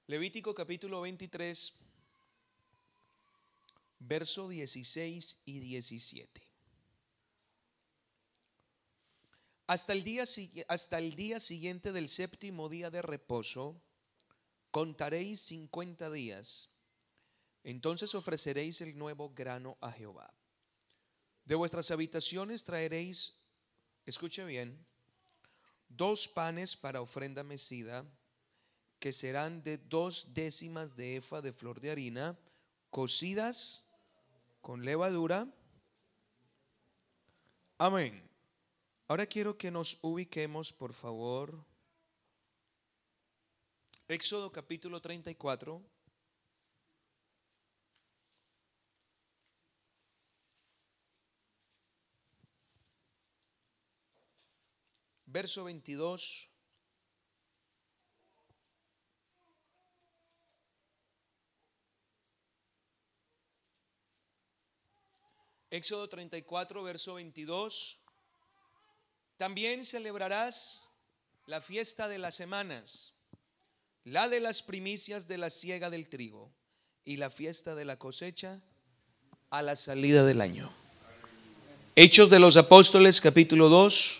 Levítico capítulo 23, verso 16 y 17. Hasta el día siguiente del séptimo día de reposo, contaréis 50 días. Entonces ofreceréis el nuevo grano a Jehová. De vuestras habitaciones traeréis, escuche bien, 2 panes para ofrenda mecida, que serán de 2 décimas de efa de flor de harina, cocidas con levadura. Amén. Ahora quiero que nos ubiquemos, por favor. Éxodo capítulo 34. Verso 22. Éxodo 34, verso 22. También celebrarás la fiesta de las semanas, la de las primicias de la siega del trigo y la fiesta de la cosecha a la salida del año. Hechos de los Apóstoles capítulo 2.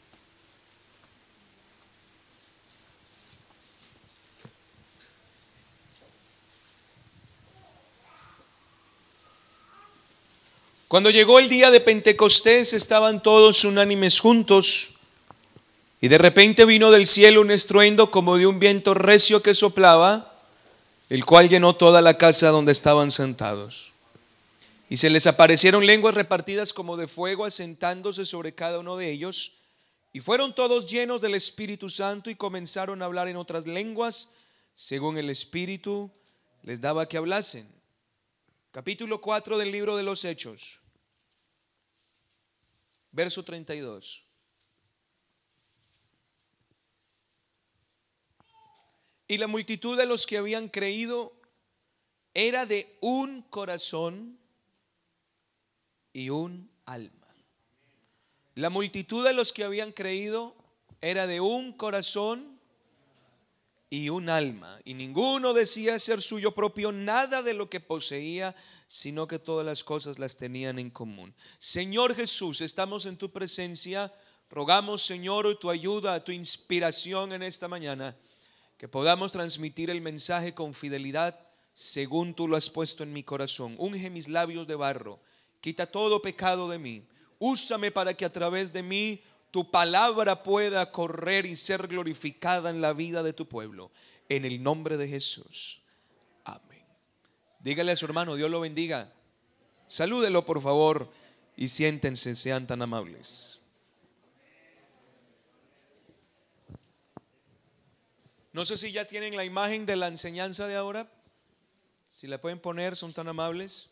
Cuando llegó el día de Pentecostés, estaban todos unánimes juntos, y de repente vino del cielo un estruendo como de un viento recio que soplaba, el cual llenó toda la casa donde estaban sentados. Y se les aparecieron lenguas repartidas como de fuego, asentándose sobre cada uno de ellos, y fueron todos llenos del Espíritu Santo y comenzaron a hablar en otras lenguas, según el Espíritu les daba que hablasen. Capítulo 4 del libro de los Hechos, verso 32. Y la multitud de los que habían creído era de un corazón y un alma. La multitud de los que habían creído era de un corazón y un alma, y ninguno decía ser suyo propio nada de lo que poseía, sino que todas las cosas las tenían en común. Señor Jesús, estamos en tu presencia. Rogamos, Señor, tu ayuda, tu inspiración en esta mañana, que podamos transmitir el mensaje con fidelidad según tú lo has puesto en mi corazón. Unge mis labios de barro, quita todo pecado de mí, úsame para que a través de mí tu palabra pueda correr y ser glorificada en la vida de tu pueblo. En el nombre de Jesús. Amén. Dígale a su hermano, Dios lo bendiga. Salúdelo por favor y siéntense, sean tan amables. No sé si ya tienen la imagen de la enseñanza de ahora. Si la pueden poner, son tan amables.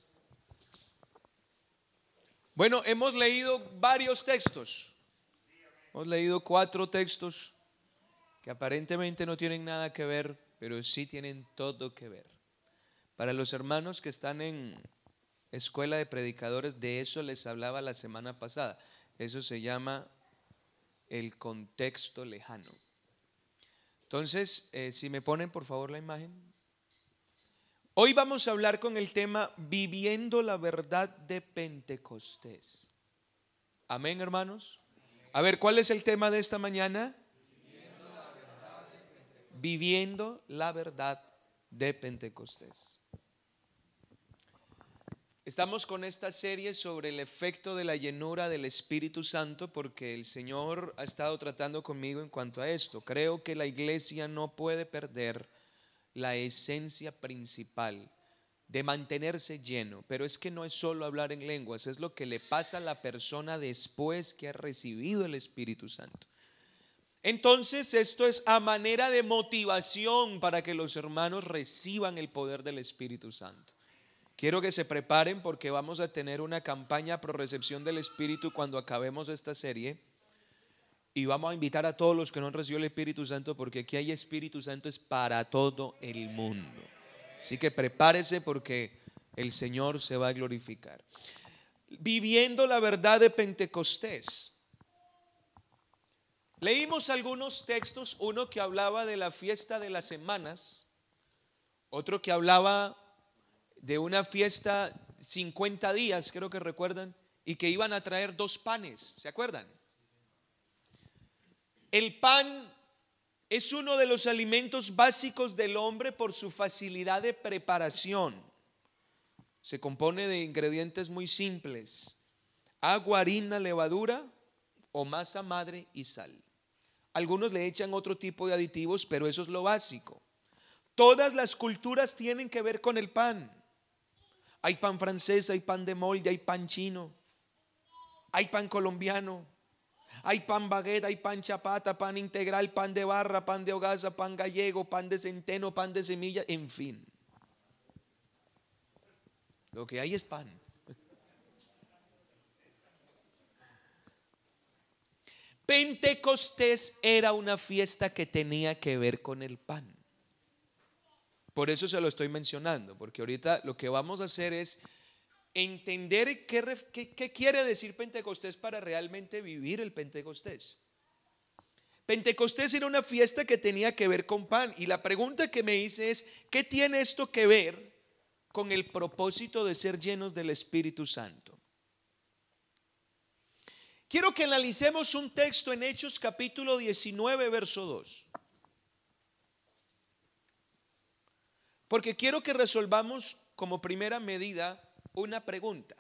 Bueno, hemos leído varios textos. Hemos leído 4 textos que aparentemente no tienen nada que ver, pero sí tienen todo que ver. Para los hermanos que están en escuela de predicadores, de eso les hablaba la semana pasada. Eso se llama el contexto lejano. Entonces, si me ponen por favor la imagen. Hoy vamos a hablar con el tema viviendo la verdad de Pentecostés. Amén, hermanos. A ver, ¿cuál es el tema de esta mañana? Viviendo la verdad de Pentecostés. Estamos con esta serie sobre el efecto de la llenura del Espíritu Santo, porque el Señor ha estado tratando conmigo en cuanto a esto. Creo que la iglesia no puede perder la esencia principal de mantenerse lleno, pero es que no es solo hablar en lenguas, es lo que le pasa a la persona después que ha recibido el Espíritu Santo. Entonces esto es a manera de motivación para que los hermanos reciban el poder del Espíritu Santo. Quiero que se preparen porque vamos a tener una campaña pro recepción del Espíritu cuando acabemos esta serie. Y vamos a invitar a todos los que no han recibido el Espíritu Santo, porque aquí hay Espíritu Santo es para todo el mundo. Así que prepárese porque el Señor se va a glorificar. Viviendo la verdad de Pentecostés. Leímos algunos textos, uno que hablaba de la fiesta de las semanas, Otro que hablaba de una fiesta 50 días, creo que recuerdan, y que iban a traer 2 panes, ¿se acuerdan? El pan es uno de los alimentos básicos del hombre por su facilidad de preparación. Se compone de ingredientes muy simples: agua, harina, levadura o masa madre y sal. Algunos le echan otro tipo de aditivos, pero eso es lo básico. Todas las culturas tienen que ver con el pan. Hay pan francés, hay pan de molde, hay pan chino, hay pan colombiano, hay pan baguette, hay pan chapata, pan integral, pan de barra, pan de hogaza, pan gallego, pan de centeno, pan de semilla, en fin. Lo que hay es pan. Pentecostés era una fiesta que tenía que ver con el pan. Por eso se lo estoy mencionando, porque ahorita lo que vamos a hacer es entender qué quiere decir Pentecostés para realmente vivir el Pentecostés. Pentecostés era una fiesta que tenía que ver con pan, y la pregunta que me hice es: ¿qué tiene esto que ver con el propósito de ser llenos del Espíritu Santo? Quiero que analicemos un texto en Hechos capítulo 19, verso 2. Porque quiero que resolvamos como primera medida una pregunta.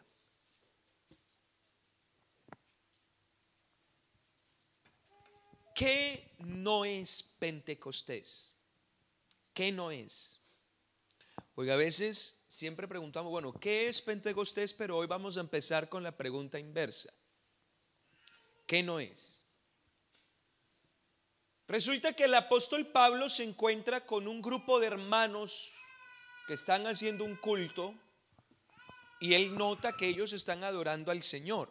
¿Qué no es Pentecostés? ¿Qué no es? Porque a veces siempre preguntamos, bueno, ¿qué es Pentecostés? Pero hoy vamos a empezar con la pregunta inversa. ¿Qué no es? Resulta que el apóstol Pablo se encuentra con un grupo de hermanos que están haciendo un culto, y él nota que ellos están adorando al Señor.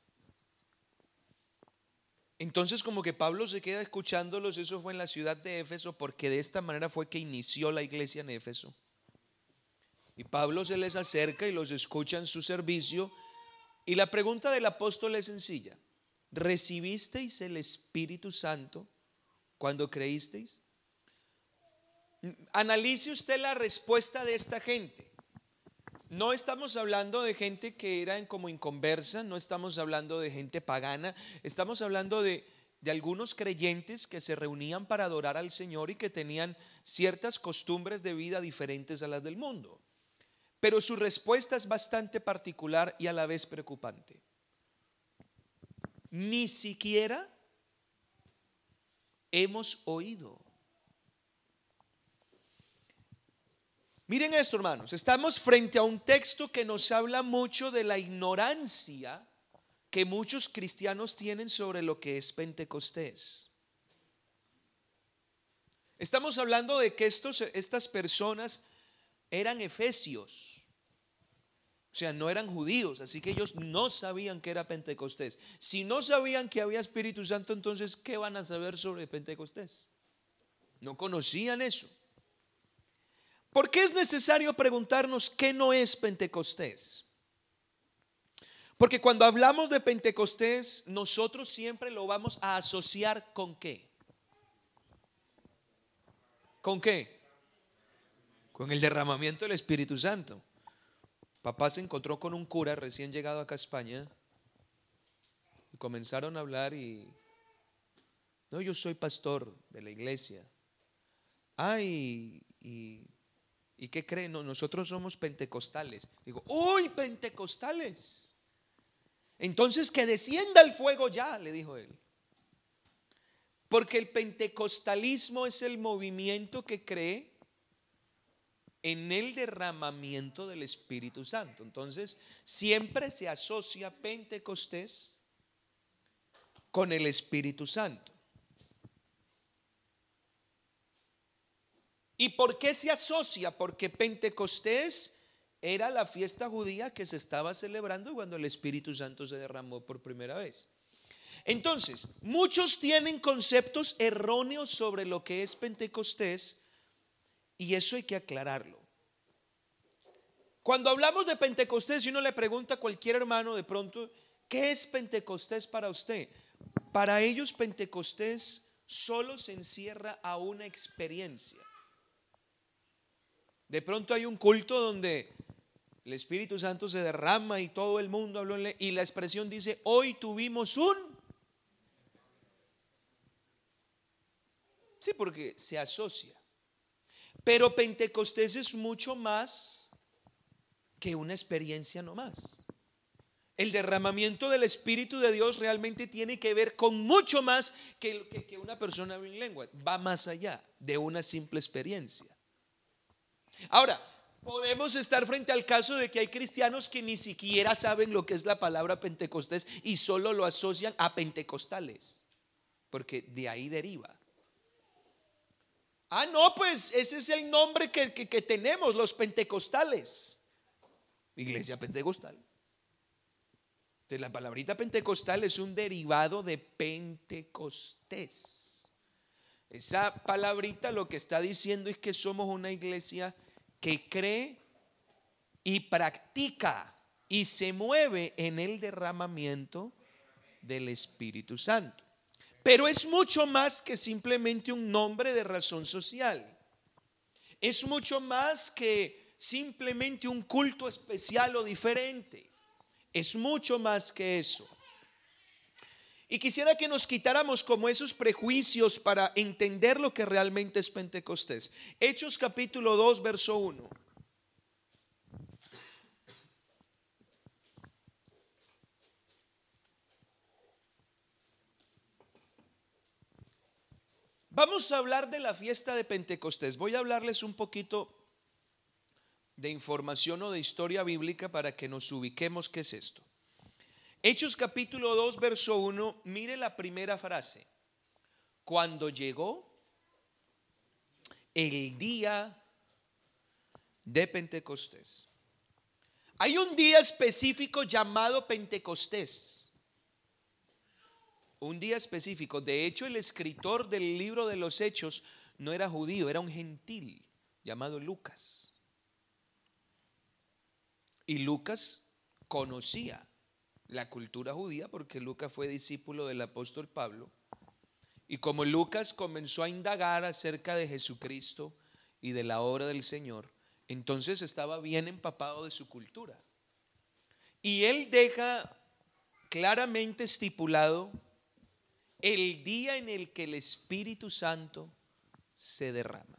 Entonces como que Pablo se queda escuchándolos. Eso fue en la ciudad de Éfeso, porque de esta manera fue que inició la iglesia en Éfeso. Y Pablo se les acerca y los escucha en su servicio. Y la pregunta del apóstol es sencilla: ¿recibisteis el Espíritu Santo cuando creísteis? Analice usted la respuesta de esta gente. No estamos hablando de gente que era como inconversa, no estamos hablando de gente pagana, estamos hablando de algunos creyentes que se reunían para adorar al Señor y que tenían ciertas costumbres de vida diferentes a las del mundo. Pero su respuesta es bastante particular y a la vez preocupante. Ni siquiera hemos oído. Miren esto, hermanos, estamos frente a un texto que nos habla mucho de la ignorancia que muchos cristianos tienen sobre lo que es Pentecostés. Estamos hablando de que estas personas eran efesios, o sea, no eran judíos, así que ellos no sabían que era Pentecostés. Si no sabían que había Espíritu Santo, entonces ¿qué van a saber sobre Pentecostés? No conocían eso. ¿Por qué es necesario preguntarnos qué no es Pentecostés? Porque cuando hablamos de Pentecostés, nosotros siempre lo vamos a asociar ¿con qué? ¿Con qué? Con el derramamiento del Espíritu Santo. Papá se encontró con un cura recién llegado acá a España y comenzaron a hablar y: no, yo soy pastor de la iglesia. Ay, ¿y qué creen? No, nosotros somos pentecostales. Digo, uy, pentecostales. Entonces que descienda el fuego ya, le dijo él. Porque el pentecostalismo es el movimiento que cree en el derramamiento del Espíritu Santo. Entonces siempre se asocia Pentecostés con el Espíritu Santo. ¿Y por qué se asocia? Porque Pentecostés era la fiesta judía que se estaba celebrando cuando el Espíritu Santo se derramó por primera vez. Entonces, muchos tienen conceptos erróneos sobre lo que es Pentecostés, y eso hay que aclararlo. Cuando hablamos de Pentecostés, si uno le pregunta a cualquier hermano de pronto, ¿qué es Pentecostés para usted? Para ellos Pentecostés solo se encierra a una experiencia. De pronto hay un culto donde el Espíritu Santo se derrama y todo el mundo habló y la expresión dice: hoy tuvimos un... Sí, porque se asocia. Pero Pentecostés es mucho más que una experiencia nomás. El derramamiento del Espíritu de Dios realmente tiene que ver con mucho más que una persona habla en lengua. Va más allá de una simple experiencia. Ahora, podemos estar frente al caso de que hay cristianos que ni siquiera saben lo que es la palabra Pentecostés y solo lo asocian a pentecostales, porque de ahí deriva. Ah, no, pues ese es el nombre que tenemos, los pentecostales. Iglesia pentecostal. Entonces, la palabrita pentecostal es un derivado de Pentecostés. Esa palabrita lo que está diciendo es que somos una iglesia que cree y practica y se mueve en el derramamiento del Espíritu Santo. Pero es mucho más que simplemente un nombre de razón social. Es mucho más que simplemente un culto especial o diferente. Es mucho más que eso. Y quisiera que nos quitáramos como esos prejuicios para entender lo que realmente es Pentecostés. Hechos capítulo 2, verso 1. Vamos a hablar de la fiesta de Pentecostés. Voy a hablarles un poquito de información o de historia bíblica para que nos ubiquemos qué es esto. Hechos capítulo 2, verso 1, mire la primera frase. Cuando llegó el día de Pentecostés. Hay un día específico llamado Pentecostés. Un día específico. De hecho, el escritor del libro de los Hechos no era judío, era un gentil llamado Lucas. Y Lucas conocía la cultura judía porque Lucas fue discípulo del apóstol Pablo. Y como Lucas comenzó a indagar acerca de Jesucristo y de la obra del Señor, entonces estaba bien empapado de su cultura. Y él deja claramente estipulado el día en el que el Espíritu Santo se derrama.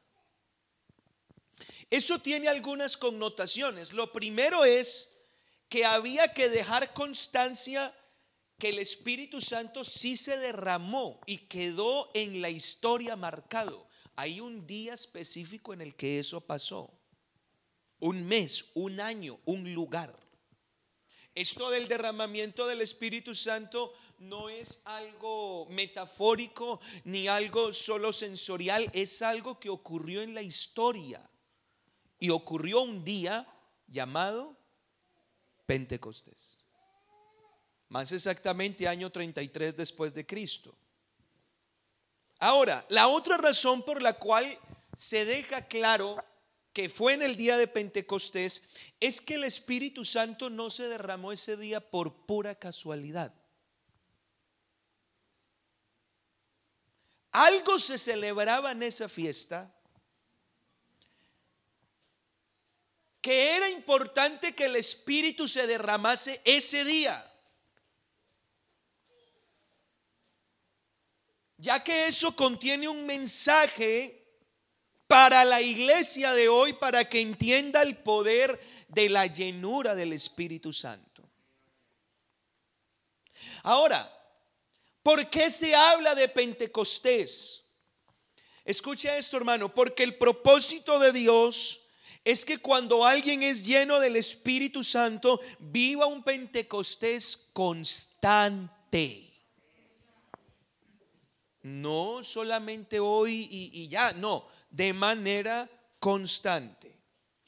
Eso tiene algunas connotaciones. Lo primero es que había que dejar constancia que el Espíritu Santo sí se derramó y quedó en la historia marcado. Hay un día específico en el que eso pasó. Un mes, un año, un lugar. Esto del derramamiento del Espíritu Santo no es algo metafórico ni algo solo sensorial, es algo que ocurrió en la historia y ocurrió un día llamado Pentecostés. Más exactamente año 33 después de Cristo. Ahora, la otra razón por la cual se deja claro que fue en el día de Pentecostés es que el Espíritu Santo no se derramó ese día por pura casualidad. Algo se celebraba en esa fiesta que era importante que el Espíritu se derramase ese día, ya que eso contiene un mensaje para la iglesia de hoy, para que entienda el poder de la llenura del Espíritu Santo. Ahora, ¿por qué se habla de Pentecostés? Escucha esto, hermano, porque el propósito de Dios es que cuando alguien es lleno del Espíritu Santo, viva un Pentecostés constante. No solamente hoy y ya, no, de manera constante.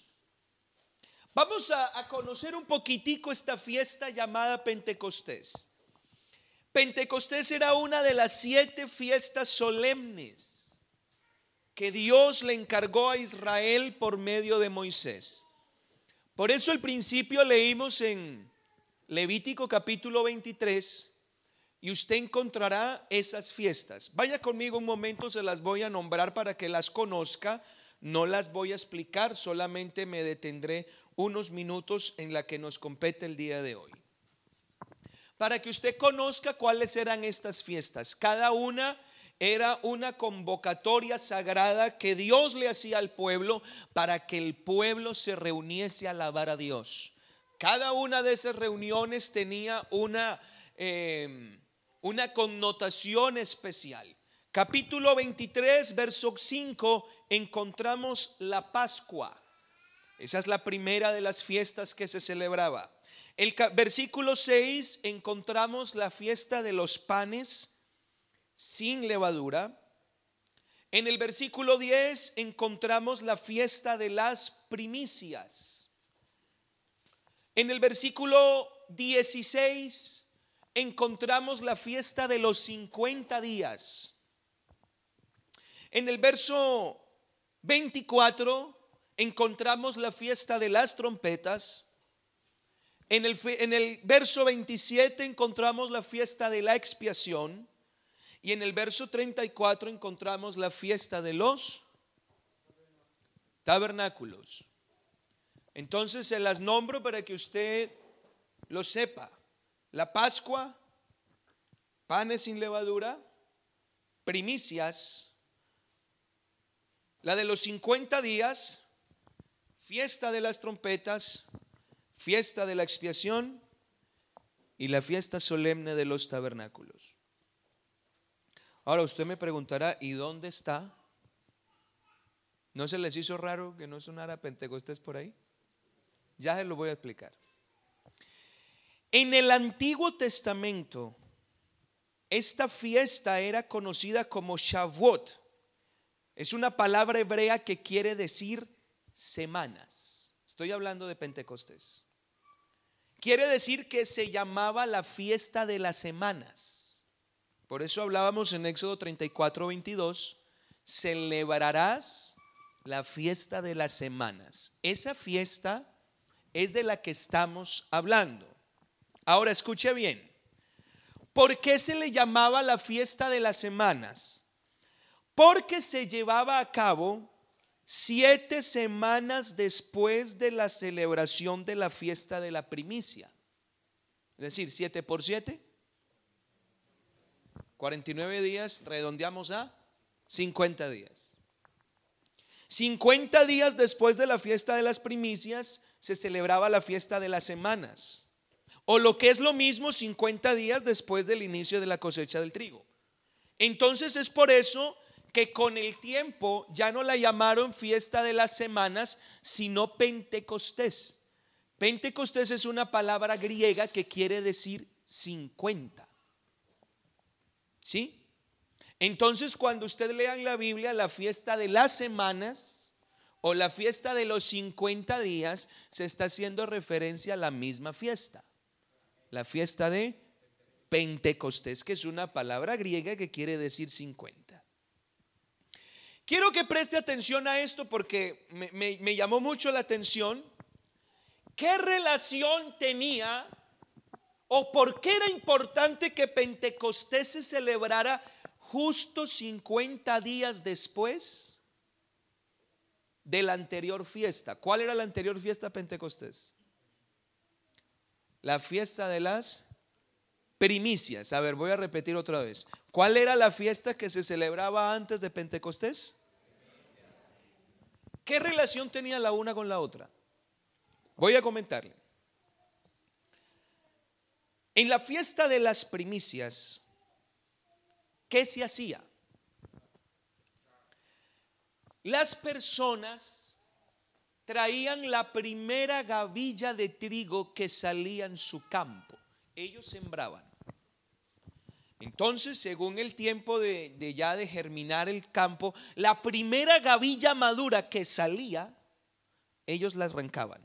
Vamos a conocer un poquitico esta fiesta llamada Pentecostés. Pentecostés era una de las 7 fiestas solemnes que Dios le encargó a Israel por medio de Moisés. Por eso al principio leímos en Levítico capítulo 23 y usted encontrará esas fiestas. Vaya conmigo un momento, se las voy a nombrar para que las conozca. No las voy a explicar, solamente me detendré unos minutos en la que nos compete el día de hoy, para que usted conozca cuáles eran estas fiestas. Cada una era una convocatoria sagrada que Dios le hacía al pueblo para que el pueblo se reuniese a alabar a Dios. Cada una de esas reuniones tenía una connotación especial. Capítulo 23, verso 5, encontramos la Pascua. Esa es la primera de las fiestas que se celebraba. El versículo 6 encontramos la fiesta de los panes sin levadura. En el versículo 10 encontramos la fiesta de las primicias. En el versículo 16 encontramos la fiesta de los 50 días. En el verso 24 encontramos la fiesta de las trompetas. En el verso 27 encontramos la fiesta de la expiación. Y en el verso 34 encontramos la fiesta de los tabernáculos. Entonces se las nombro para que usted lo sepa. La Pascua, panes sin levadura, primicias, la de los 50 días, fiesta de las trompetas, fiesta de la expiación y la fiesta solemne de los tabernáculos. Ahora usted me preguntará, ¿y dónde está? ¿No se les hizo raro que no sonara Pentecostés por ahí? Ya se lo voy a explicar. En el Antiguo Testamento, esta fiesta era conocida como Shavuot. Es una palabra hebrea que quiere decir semanas. Estoy hablando de Pentecostés. Quiere decir que se llamaba la fiesta de las semanas. Por eso hablábamos en Éxodo 34, 22, celebrarás la fiesta de las semanas. Esa fiesta es de la que estamos hablando. Ahora escuche bien, ¿por qué se le llamaba la fiesta de las semanas? Porque se llevaba a cabo 7 semanas después de la celebración de la fiesta de la primicia. Es decir, 7 por 7. 49 días, redondeamos a 50 días. 50 días después de la fiesta de las primicias se celebraba la fiesta de las semanas, o lo que es lo mismo, 50 días después del inicio de la cosecha del trigo. Entonces es por eso que con el tiempo ya no la llamaron fiesta de las semanas, sino Pentecostés. Pentecostés es una palabra griega que quiere decir 50. ¿Sí? Entonces cuando usted lea en la Biblia la fiesta de las semanas o la fiesta de los 50 días, se está haciendo referencia a la misma fiesta, la fiesta de Pentecostés, que es una palabra griega que quiere decir 50. Quiero que preste atención a esto porque me llamó mucho la atención. ¿Qué relación tenía o por qué era importante que Pentecostés se celebrara justo 50 días después de la anterior fiesta? ¿Cuál era la anterior fiesta a Pentecostés? La fiesta de las primicias. A ver, voy a repetir otra vez. ¿Cuál era la fiesta que se celebraba antes de Pentecostés? ¿Qué relación tenía la una con la otra? Voy a comentarle. En la fiesta de las primicias, ¿qué se hacía? Las personas traían la primera gavilla de trigo que salía en su campo. Ellos sembraban. Entonces, según el tiempo de germinar el campo, la primera gavilla madura que salía, ellos la arrancaban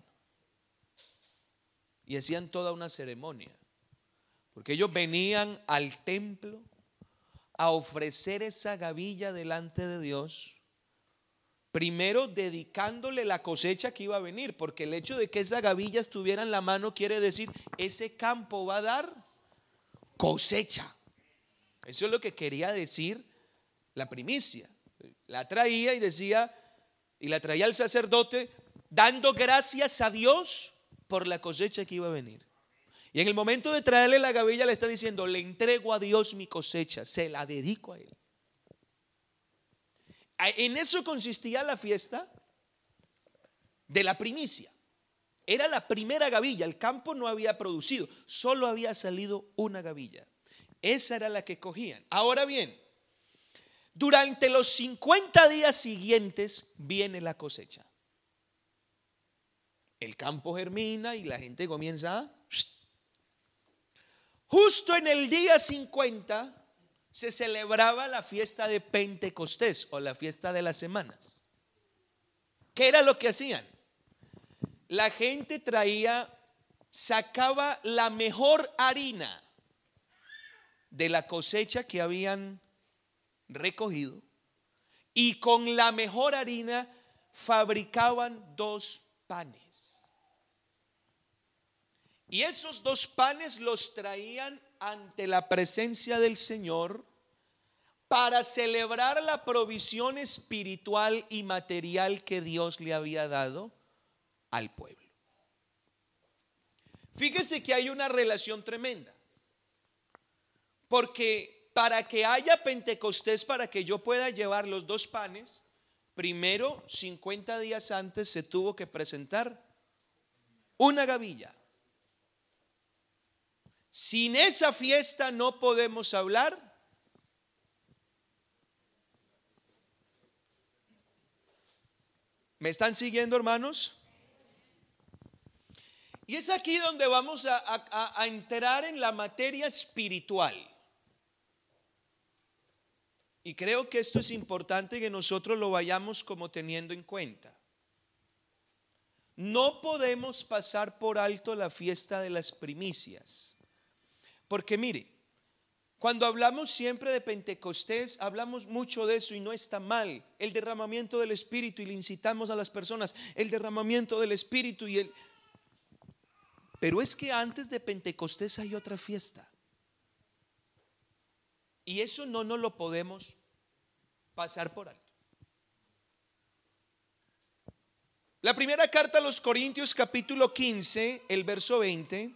y hacían toda una ceremonia, porque ellos venían al templo a ofrecer esa gavilla delante de Dios, primero dedicándole la cosecha que iba a venir, porque el hecho de que esa gavilla estuviera en la mano quiere decir ese campo va a dar cosecha. Eso es lo que quería decir la primicia. La traía y decía, y la traía el sacerdote dando gracias a Dios por la cosecha que iba a venir. Y en el momento de traerle la gavilla le está diciendo: le entrego a Dios mi cosecha, se la dedico a Él. En eso consistía la fiesta de la primicia. Era la primera gavilla, el campo no había producido, solo había salido una gavilla. Esa era la que cogían. Ahora bien, durante los 50 días siguientes viene la cosecha. El campo germina y la gente comienza a... Justo en el día 50 se celebraba la fiesta de Pentecostés o la fiesta de las semanas. ¿Qué era lo que hacían? La gente sacaba la mejor harina de la cosecha que habían recogido y con la mejor harina fabricaban 2 panes. Y esos 2 panes los traían ante la presencia del Señor para celebrar la provisión espiritual y material que Dios le había dado al pueblo. Fíjese que hay una relación tremenda, porque para que haya Pentecostés, para que yo pueda llevar los 2 panes, primero 50 días antes se tuvo que presentar una gavilla. Sin esa fiesta no podemos hablar ¿Me están siguiendo, hermanos? Y es aquí donde vamos a entrar en la materia espiritual. Y creo que esto es importante que nosotros lo vayamos como teniendo en cuenta. No podemos pasar por alto la fiesta de las primicias. Porque mire, cuando hablamos siempre de Pentecostés, hablamos mucho de eso y no está mal. El derramamiento del Espíritu, y le incitamos a las personas, el derramamiento del Espíritu pero es que antes de Pentecostés hay otra fiesta. Y eso no nos lo podemos pasar por alto. La primera carta a los Corintios, capítulo 15, el verso 20.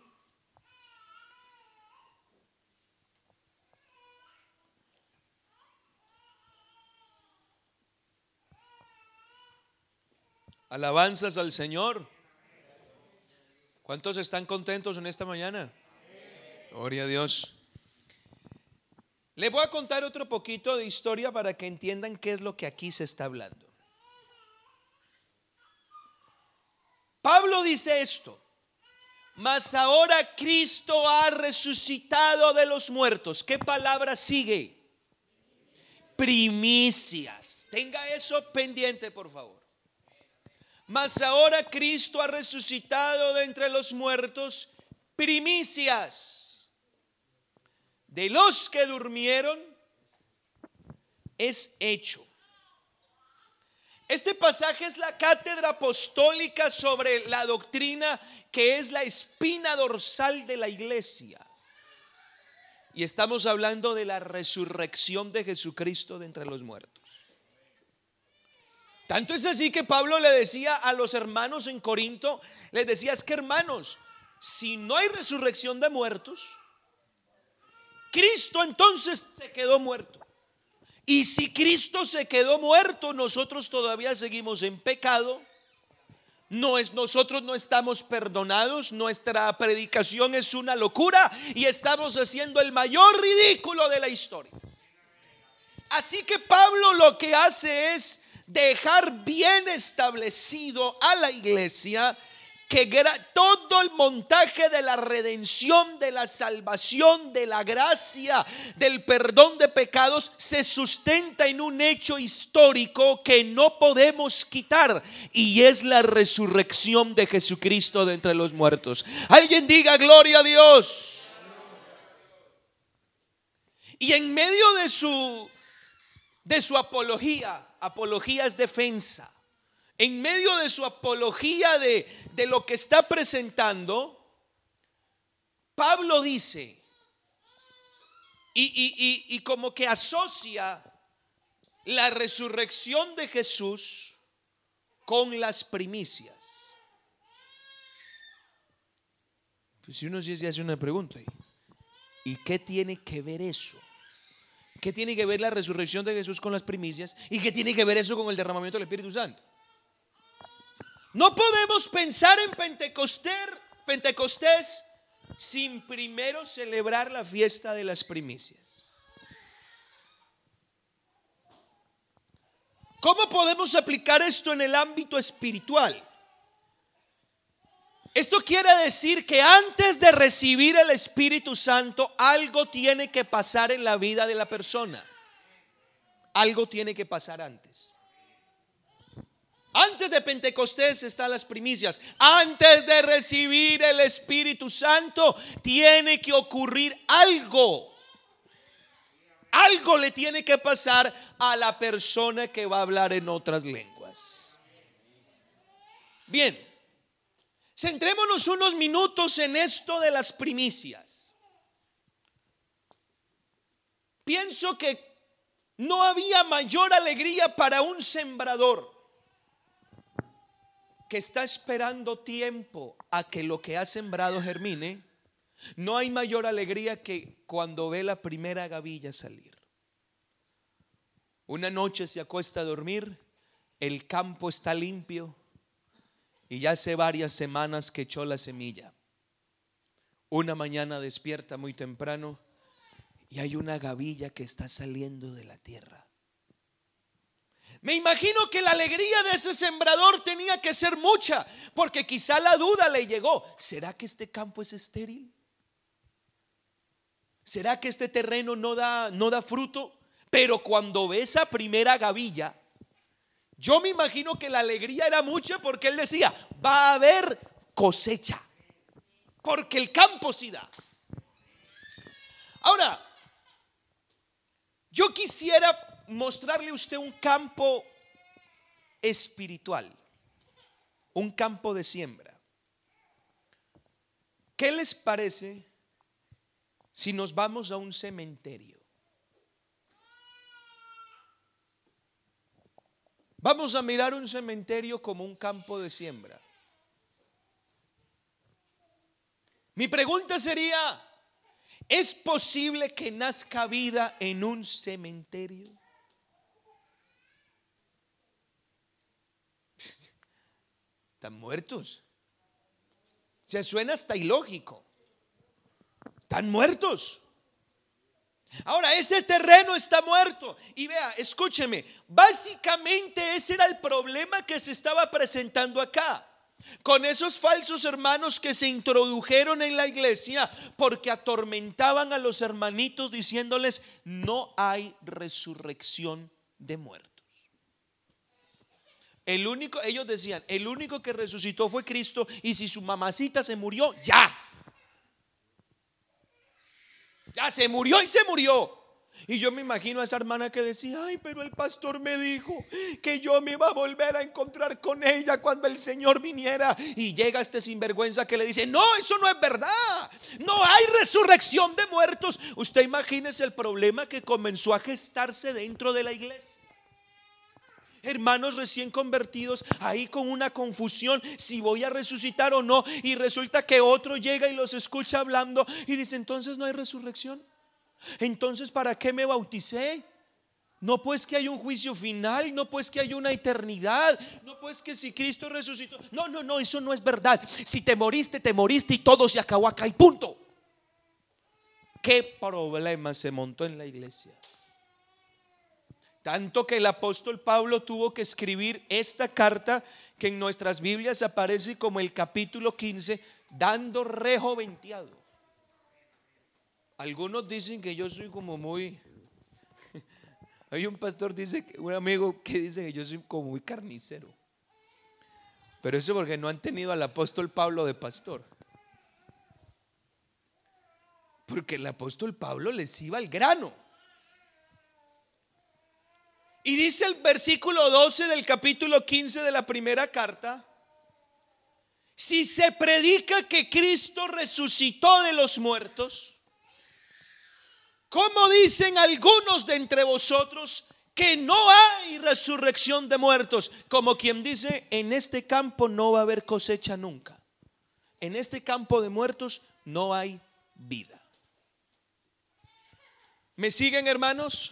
Alabanzas al Señor. ¿Cuántos están contentos en esta mañana? Gloria a Dios. Les voy a contar otro poquito de historia para que entiendan qué es lo que aquí se está hablando. Pablo dice esto: mas ahora Cristo ha resucitado de los muertos. ¿Qué palabra sigue? Primicias. Tenga eso pendiente, por favor. Mas ahora Cristo ha resucitado de entre los muertos, primicias de los que durmieron es hecho. Este pasaje es la cátedra apostólica sobre la doctrina que es la espina dorsal de la iglesia. Y estamos hablando de la resurrección de Jesucristo de entre los muertos. Tanto es así que Pablo le decía a los hermanos en Corinto, les decía: es que hermanos, si no hay resurrección de muertos, Cristo entonces se quedó muerto. Y si Cristo se quedó muerto, nosotros todavía seguimos en pecado. Nosotros no estamos perdonados, nuestra predicación es una locura y estamos haciendo el mayor ridículo de la historia. Así que Pablo lo que hace es dejar bien establecido a la iglesia que todo el montaje de la redención, de la salvación, de la gracia, del perdón de pecados se sustenta en un hecho histórico que no podemos quitar, y es la resurrección de Jesucristo de entre los muertos. Alguien diga gloria a Dios. Y en medio de su apología es defensa. En medio de su apología de lo que está presentando, Pablo dice y como que asocia la resurrección de Jesús con las primicias. Pues si uno sí se hace una pregunta, ¿y qué tiene que ver eso? ¿Qué tiene que ver la resurrección de Jesús con las primicias? ¿Y qué tiene que ver eso con el derramamiento del Espíritu Santo? No podemos pensar en Pentecostés sin primero celebrar la fiesta de las primicias. ¿Cómo podemos aplicar esto en el ámbito espiritual? Esto quiere decir que antes de recibir el Espíritu Santo, algo tiene que pasar en la vida de la persona. Algo tiene que pasar antes. Antes de Pentecostés están las primicias. Antes de recibir el Espíritu Santo, tiene que ocurrir algo. Algo le tiene que pasar a la persona que va a hablar en otras lenguas. Bien, centrémonos unos minutos en esto de las primicias. Pienso que no había mayor alegría para un sembrador que está esperando tiempo a que lo que ha sembrado germine. No hay mayor alegría que cuando ve la primera gavilla salir. Una noche se acuesta a dormir, el campo está limpio y ya hace varias semanas que echó la semilla. Una mañana despierta muy temprano y hay una gavilla que está saliendo de la tierra. Me imagino que la alegría de ese sembrador tenía que ser mucha, porque quizá la duda le llegó: ¿será que este campo es estéril? ¿Será que este terreno no da fruto? Pero cuando ve esa primera gavilla, yo me imagino que la alegría era mucha, porque él decía: va a haber cosecha, porque el campo sí da. Ahora, yo quisiera mostrarle a usted un campo espiritual, un campo de siembra. ¿Qué les parece si nos vamos a un cementerio? Vamos a mirar un cementerio como un campo de siembra. Mi pregunta sería: ¿es posible que nazca vida en un cementerio? Están muertos. Se suena hasta ilógico. Están muertos. Ahora, ese terreno está muerto. Y vea, escúcheme, básicamente ese era el problema que se estaba presentando acá, con esos falsos hermanos que se introdujeron en la iglesia porque atormentaban a los hermanitos diciéndoles: no hay resurrección de muertos. Ellos decían: el único que resucitó fue Cristo, y si su mamacita se murió, ya se murió y se murió. Y yo me imagino a esa hermana que decía: ay, pero el pastor me dijo que yo me iba a volver a encontrar con ella cuando el Señor viniera. Y llega este sinvergüenza que le dice: no, eso no es verdad, no hay resurrección de muertos. Usted imagínese el problema que comenzó a gestarse dentro de la iglesia. Hermanos recién convertidos ahí con una confusión, si voy a resucitar o no. Y resulta que otro llega y los escucha hablando y dice: entonces no hay resurrección. Entonces, ¿para qué me bauticé? No, pues que hay un juicio final. No, pues que hay una eternidad. No, pues que si Cristo resucitó. No, eso no es verdad. Si te moriste y todo se acabó acá y punto. ¿Qué problema se montó en la iglesia? Tanto que el apóstol Pablo tuvo que escribir esta carta, que en nuestras Biblias aparece como el capítulo 15, dando rejoventeado. Algunos dicen que yo soy como muy... Hay un pastor, un amigo que dice que yo soy como muy carnicero. Pero eso porque no han tenido al apóstol Pablo de pastor. Porque el apóstol Pablo les iba al grano. Y dice el versículo 12 del capítulo 15 de la primera carta: si se predica que Cristo resucitó de los muertos, ¿cómo dicen algunos de entre vosotros que no hay resurrección de muertos, como quien dice, en este campo no va a haber cosecha nunca. En este campo de muertos no hay vida. ¿Me siguen, hermanos?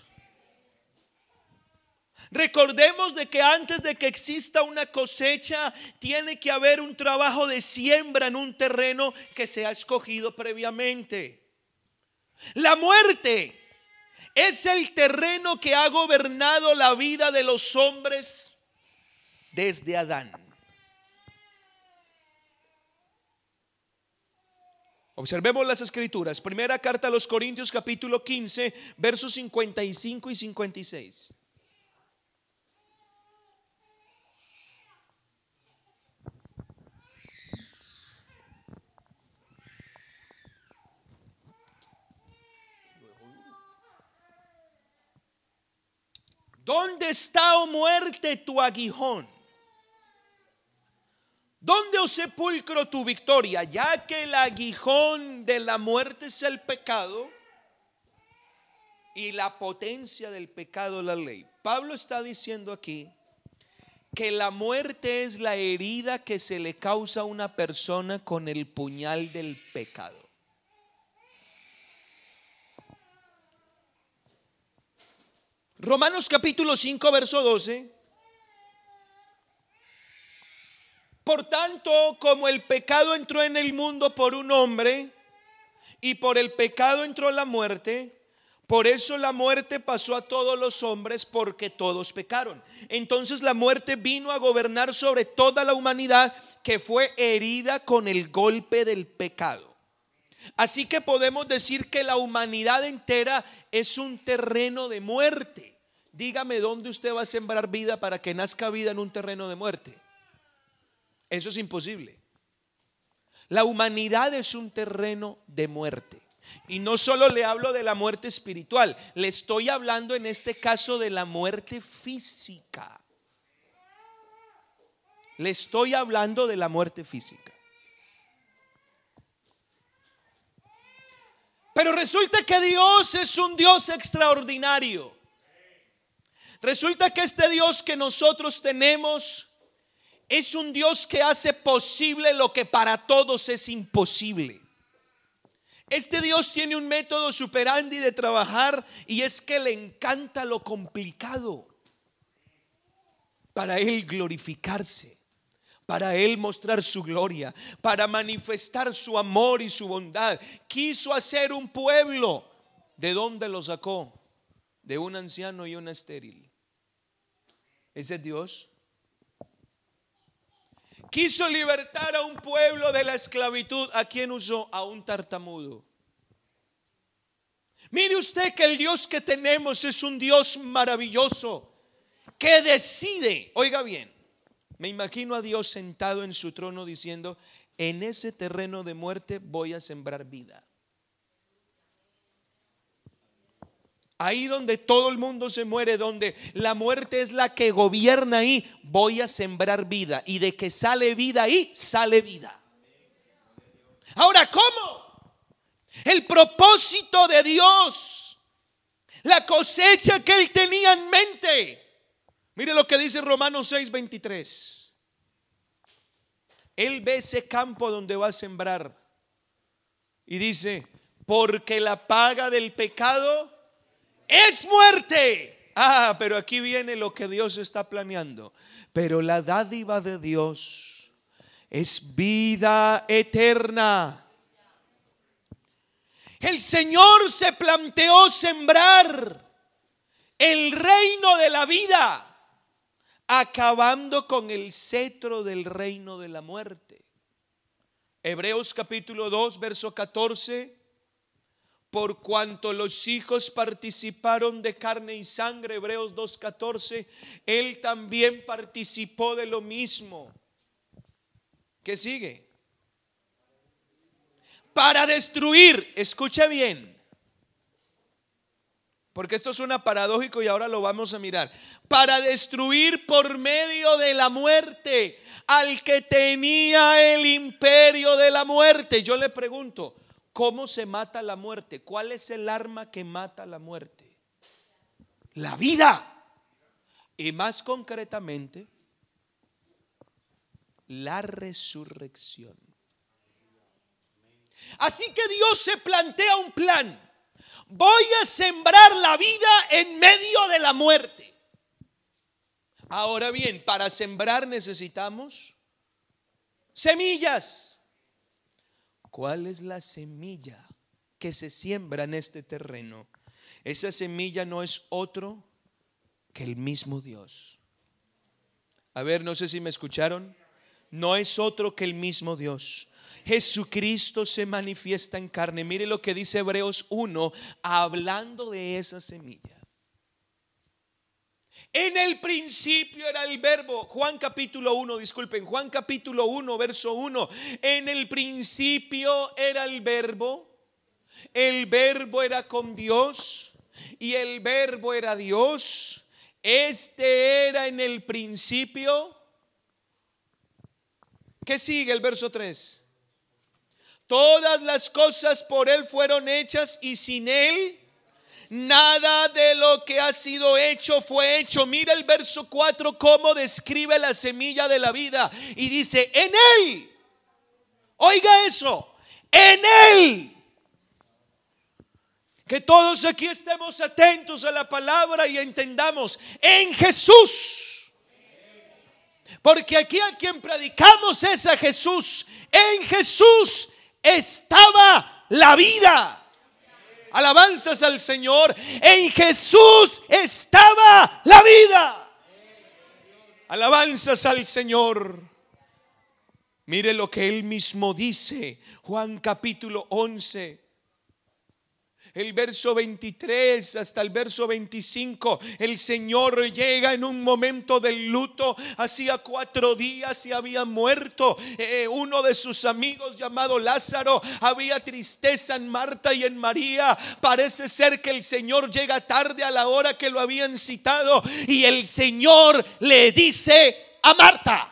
Recordemos de que antes de que exista una cosecha, tiene que haber un trabajo de siembra en un terreno que se ha escogido previamente. La muerte es el terreno que ha gobernado la vida de los hombres desde Adán. Observemos las escrituras. Primera carta a los Corintios, capítulo 15, versos 55 y 56. ¿Dónde está, oh muerte, tu aguijón? ¿Dónde, oh sepulcro, tu victoria? Ya que el aguijón de la muerte es el pecado y la potencia del pecado la ley. Pablo está diciendo aquí que la muerte es la herida que se le causa a una persona con el puñal del pecado. Romanos capítulo 5, verso 12. Por tanto, como el pecado entró en el mundo por un hombre, y por el pecado entró la muerte, por eso la muerte pasó a todos los hombres, porque todos pecaron. Entonces la muerte vino a gobernar sobre toda la humanidad, que fue herida con el golpe del pecado. Así que podemos decir que la humanidad entera es un terreno de muerte. Dígame dónde usted va a sembrar vida para que nazca vida en un terreno de muerte. Eso es imposible. La humanidad es un terreno de muerte. Y no solo le hablo de la muerte espiritual, le estoy hablando en este caso de la muerte física. Le estoy hablando de la muerte física. Pero resulta que Dios es un Dios extraordinario. Resulta que este Dios que nosotros tenemos es un Dios que hace posible lo que para todos es imposible. Este Dios tiene un método superandi de trabajar, y es que le encanta lo complicado. Para Él glorificarse, para Él mostrar su gloria, para manifestar su amor y su bondad. Quiso hacer un pueblo. ¿De dónde lo sacó? De un anciano y una estéril. Ese es Dios. Quiso libertar a un pueblo de la esclavitud. ¿A quién usó? A un tartamudo. Mire usted que el Dios que tenemos es un Dios maravilloso, que decide, oiga bien, me imagino a Dios sentado en su trono diciendo: en ese terreno de muerte voy a sembrar vida. Ahí donde todo el mundo se muere, donde la muerte es la que gobierna, ahí voy a sembrar vida. Y de que sale vida ahí, sale vida. Ahora, ¿cómo? El propósito de Dios, la cosecha que Él tenía en mente. Mire lo que dice Romanos 6:23. Él ve ese campo donde va a sembrar y dice: porque la paga del pecado es muerte. Pero aquí viene lo que Dios está planeando. Pero la dádiva de Dios es vida eterna. El Señor se planteó sembrar el reino de la vida, acabando con el cetro del reino de la muerte. Hebreos capítulo 2, verso 14. Por cuanto los hijos participaron de carne y sangre, Hebreos 2:14, Él también participó de lo mismo. ¿Qué sigue? Para destruir, escuche bien, porque esto suena paradójico y ahora lo vamos a mirar. Para destruir por medio de la muerte al que tenía el imperio de la muerte. Yo le pregunto, ¿cómo se mata la muerte? ¿Cuál es el arma que mata la muerte? La vida. y más concretamente la resurrección. Así que Dios se plantea un plan. Voy a sembrar la vida en medio de la muerte. Ahora bien, para sembrar necesitamos semillas. ¿Cuál es la semilla que se siembra en este terreno? Esa semilla no es otro que el mismo Dios. A ver, no sé si me escucharon. No es otro que el mismo Dios. Jesucristo se manifiesta en carne. Mire lo que dice Hebreos 1, hablando de esa semilla. En el principio era el verbo. Juan capítulo 1, disculpen, Juan capítulo 1, verso 1. En el principio era el verbo era con Dios y el verbo era Dios. Este era en el principio. ¿Qué sigue el verso 3? Todas las cosas por Él fueron hechas y sin Él nada de lo que ha sido hecho fue hecho. Mira el verso 4 cómo describe la semilla de la vida y dice: en Él. Oiga eso, en Él. Que todos aquí estemos atentos a la palabra y entendamos: en Jesús. Porque aquí a quien predicamos es a Jesús. En Jesús estaba la vida. Alabanzas al Señor. En Jesús estaba la vida. Alabanzas al Señor. Mire lo que Él mismo dice. Juan capítulo 11. El verso 23 hasta el verso 25, el Señor llega en un momento del luto. Hacía 4 días se había muerto uno de sus amigos llamado Lázaro. Había tristeza en Marta y en María. Parece ser que el Señor llega tarde a la hora que lo habían citado, y el Señor le dice a Marta: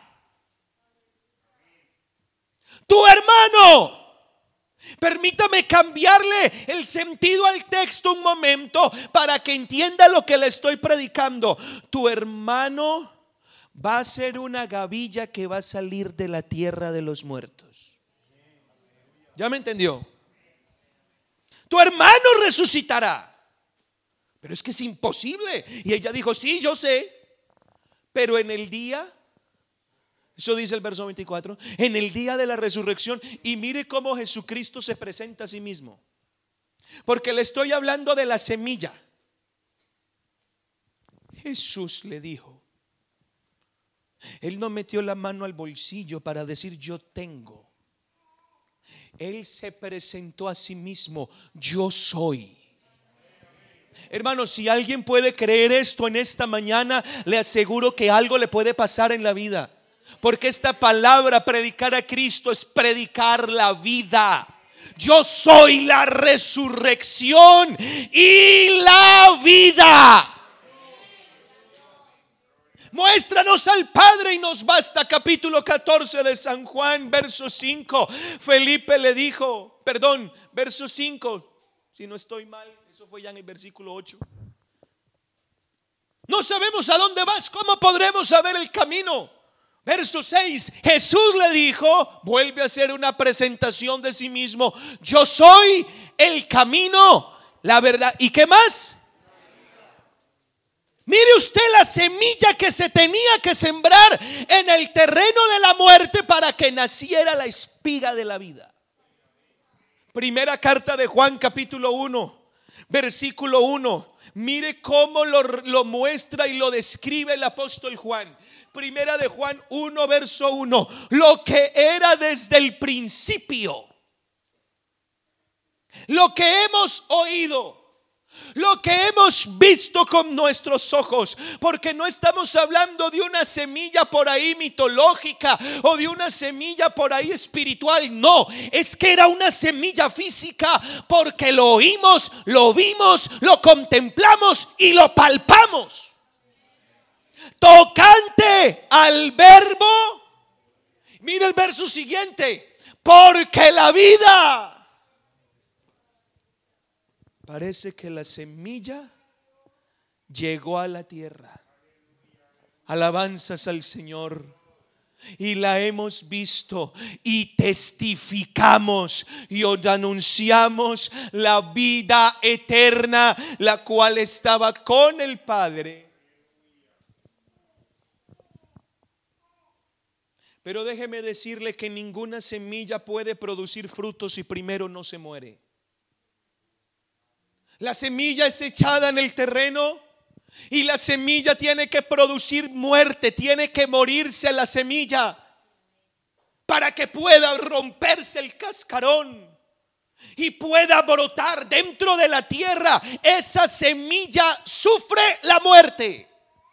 tu hermano. Permítame cambiarle el sentido al texto un momento para que entienda lo que le estoy predicando. Tu hermano va a ser una gavilla que va a salir de la tierra de los muertos. ¿Ya me entendió? Tu hermano resucitará. Pero es que es imposible. Y ella dijo: sí, yo sé, pero en el día, eso dice el verso 24, en el día de la resurrección. Y mire cómo Jesucristo se presenta a sí mismo, porque le estoy hablando de la semilla. Jesús le dijo, Él no metió la mano al bolsillo para decir yo tengo. Él se presentó a sí mismo: yo soy. Hermanos, si alguien puede creer esto en esta mañana, le aseguro que algo le puede pasar en la vida. Porque esta palabra, predicar a Cristo, es predicar la vida. Yo soy la resurrección y la vida. Muéstranos al Padre y nos basta. Capítulo 14 de San Juan, verso 5. Felipe le dijo, verso 5, si no estoy mal, eso fue ya en el versículo 8. No sabemos a dónde vas, ¿cómo podremos saber el camino? Verso 6, Jesús le dijo, vuelve a hacer una presentación de sí mismo: yo soy el camino, la verdad. ¿Y qué más? Mire usted la semilla que se tenía que sembrar en el terreno de la muerte para que naciera la espiga de la vida. Primera carta de Juan capítulo 1, versículo 1. Mire cómo lo muestra y lo describe el apóstol Juan. Primera de Juan 1, verso 1. Lo que era desde el principio, lo que hemos oído, lo que hemos visto con nuestros ojos. Porque no estamos hablando de una semilla por ahí mitológica o de una semilla por ahí espiritual. No, es que era una semilla física, porque lo oímos, lo vimos, lo contemplamos y lo palpamos. Tocante al verbo, mira el verso siguiente: porque la vida. Parece que la semilla llegó a la tierra. Alabanzas al Señor. Y la hemos visto y testificamos y os anunciamos la vida eterna, la cual estaba con el Padre. Pero déjeme decirle que ninguna semilla puede producir frutos si primero no se muere. La semilla es echada en el terreno y la semilla tiene que producir muerte, tiene que morirse la semilla para que pueda romperse el cascarón y pueda brotar dentro de la tierra. Esa semilla sufre la muerte.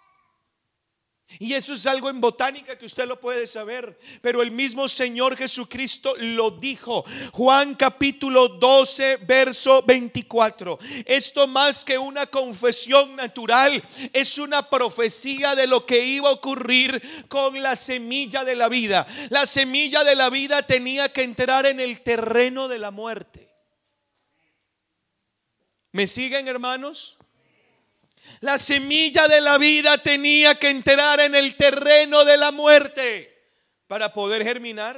Y eso es algo en botánica que usted lo puede saber, pero el mismo Señor Jesucristo lo dijo. Juan capítulo 12 verso 24. Esto más que una confesión natural, es una profecía de lo que iba a ocurrir con la semilla de la vida. La semilla de la vida tenía que entrar en el terreno de la muerte. ¿Me siguen, hermanos? La semilla de la vida tenía que entrar en el terreno de la muerte para poder germinar.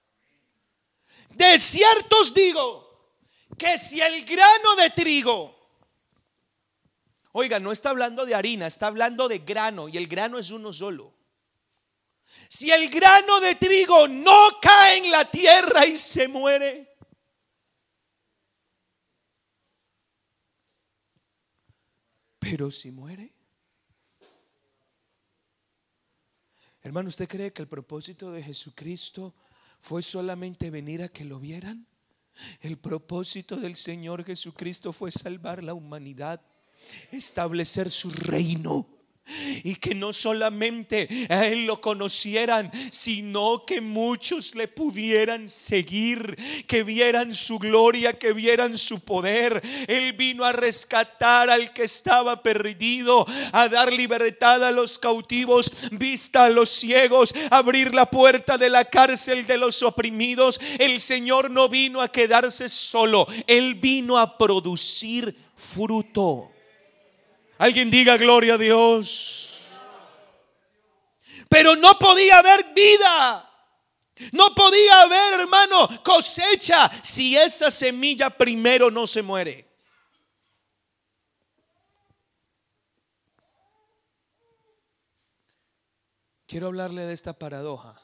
De cierto os digo que si el grano de trigo, oiga, no está hablando de harina, está hablando de grano, y el grano es uno solo. Si el grano de trigo no cae en la tierra y se muere, pero si muere, hermano, ¿usted cree que el propósito de Jesucristo fue solamente venir a que lo vieran? El propósito del Señor Jesucristo fue salvar la humanidad, establecer su reino. Y que no solamente a Él lo conocieran, sino que muchos le pudieran seguir, que vieran su gloria, que vieran su poder. Él vino a rescatar al que estaba perdido, a dar libertad a los cautivos, vista a los ciegos, abrir la puerta de la cárcel de los oprimidos. El Señor no vino a quedarse solo, Él vino a producir fruto. Alguien diga gloria a Dios. Pero no podía haber vida, no podía haber, hermano, cosecha si esa semilla primero no se muere. Quiero hablarle de esta paradoja.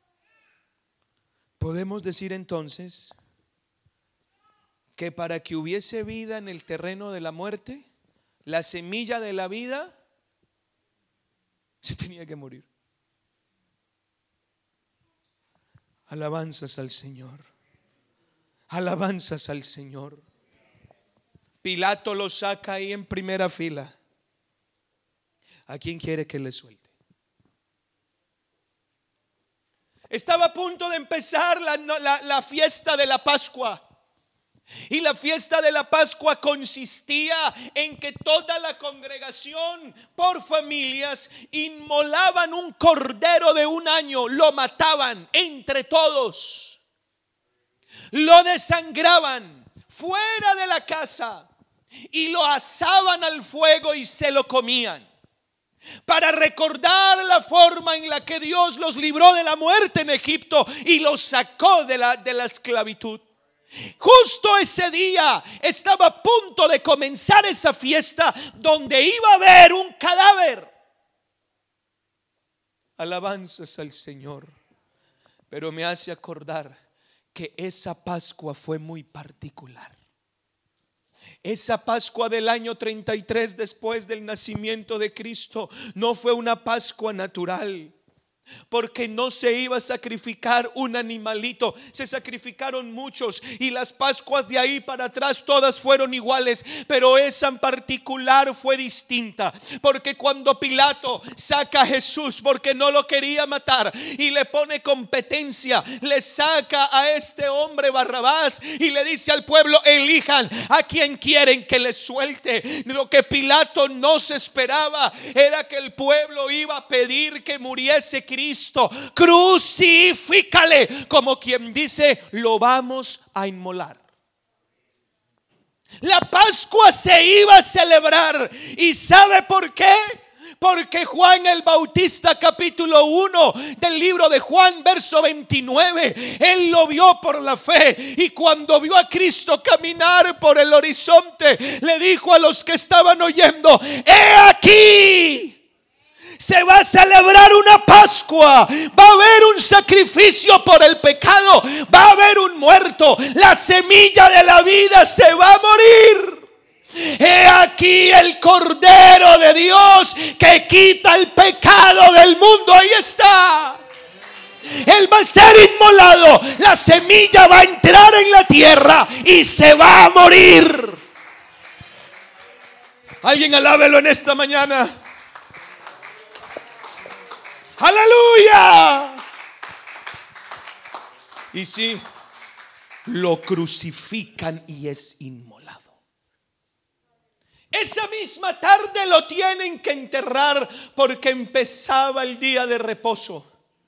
Podemos decir entonces que para que hubiese vida en el terreno de la muerte, la semilla de la vida se tenía que morir. Alabanzas al Señor. Alabanzas al Señor. Pilato lo saca ahí en primera fila. ¿A quién quiere que le suelte? Estaba a punto de empezar la fiesta de la Pascua. Y la fiesta de la Pascua consistía en que toda la congregación por familias inmolaban un cordero de un año, lo mataban entre todos, lo desangraban fuera de la casa y lo asaban al fuego y se lo comían, para recordar la forma en la que Dios los libró de la muerte en Egipto y los sacó de la esclavitud. Justo ese día estaba a punto de comenzar esa fiesta donde iba a haber un cadáver. Alabanzas al Señor. Pero me hace acordar que esa Pascua fue muy particular. Esa Pascua del año 33 después del nacimiento de Cristo no fue una Pascua natural, porque no se iba a sacrificar un animalito, se sacrificaron muchos y las Pascuas de ahí para atrás todas fueron iguales, pero esa en particular fue distinta, porque cuando Pilato saca a Jesús porque no lo quería matar y le pone competencia, le saca a este hombre Barrabás y le dice al pueblo: elijan a quien quieren que le suelte. Lo que Pilato no se esperaba era que el pueblo iba a pedir que muriese Cristo. Crucifícale, como quien dice: lo vamos a inmolar. La Pascua se iba a celebrar. ¿Y sabe por qué? Porque Juan el Bautista, capítulo 1 del libro de Juan, verso 29, él lo vio por la fe, y cuando vio a Cristo caminar por el horizonte, le dijo a los que estaban oyendo: he aquí, se va a celebrar una Pascua, va a haber un sacrificio por el pecado, va a haber un muerto, la semilla de la vida se va a morir. He aquí el Cordero de Dios que quita el pecado del mundo. Ahí está. Él va a ser inmolado, la semilla va a entrar en la tierra y se va a morir. Alguien alábelo en esta mañana. ¡Aleluya! Y sí, lo crucifican y es inmolado. Esa misma tarde lo tienen que enterrar porque empezaba el día de reposo.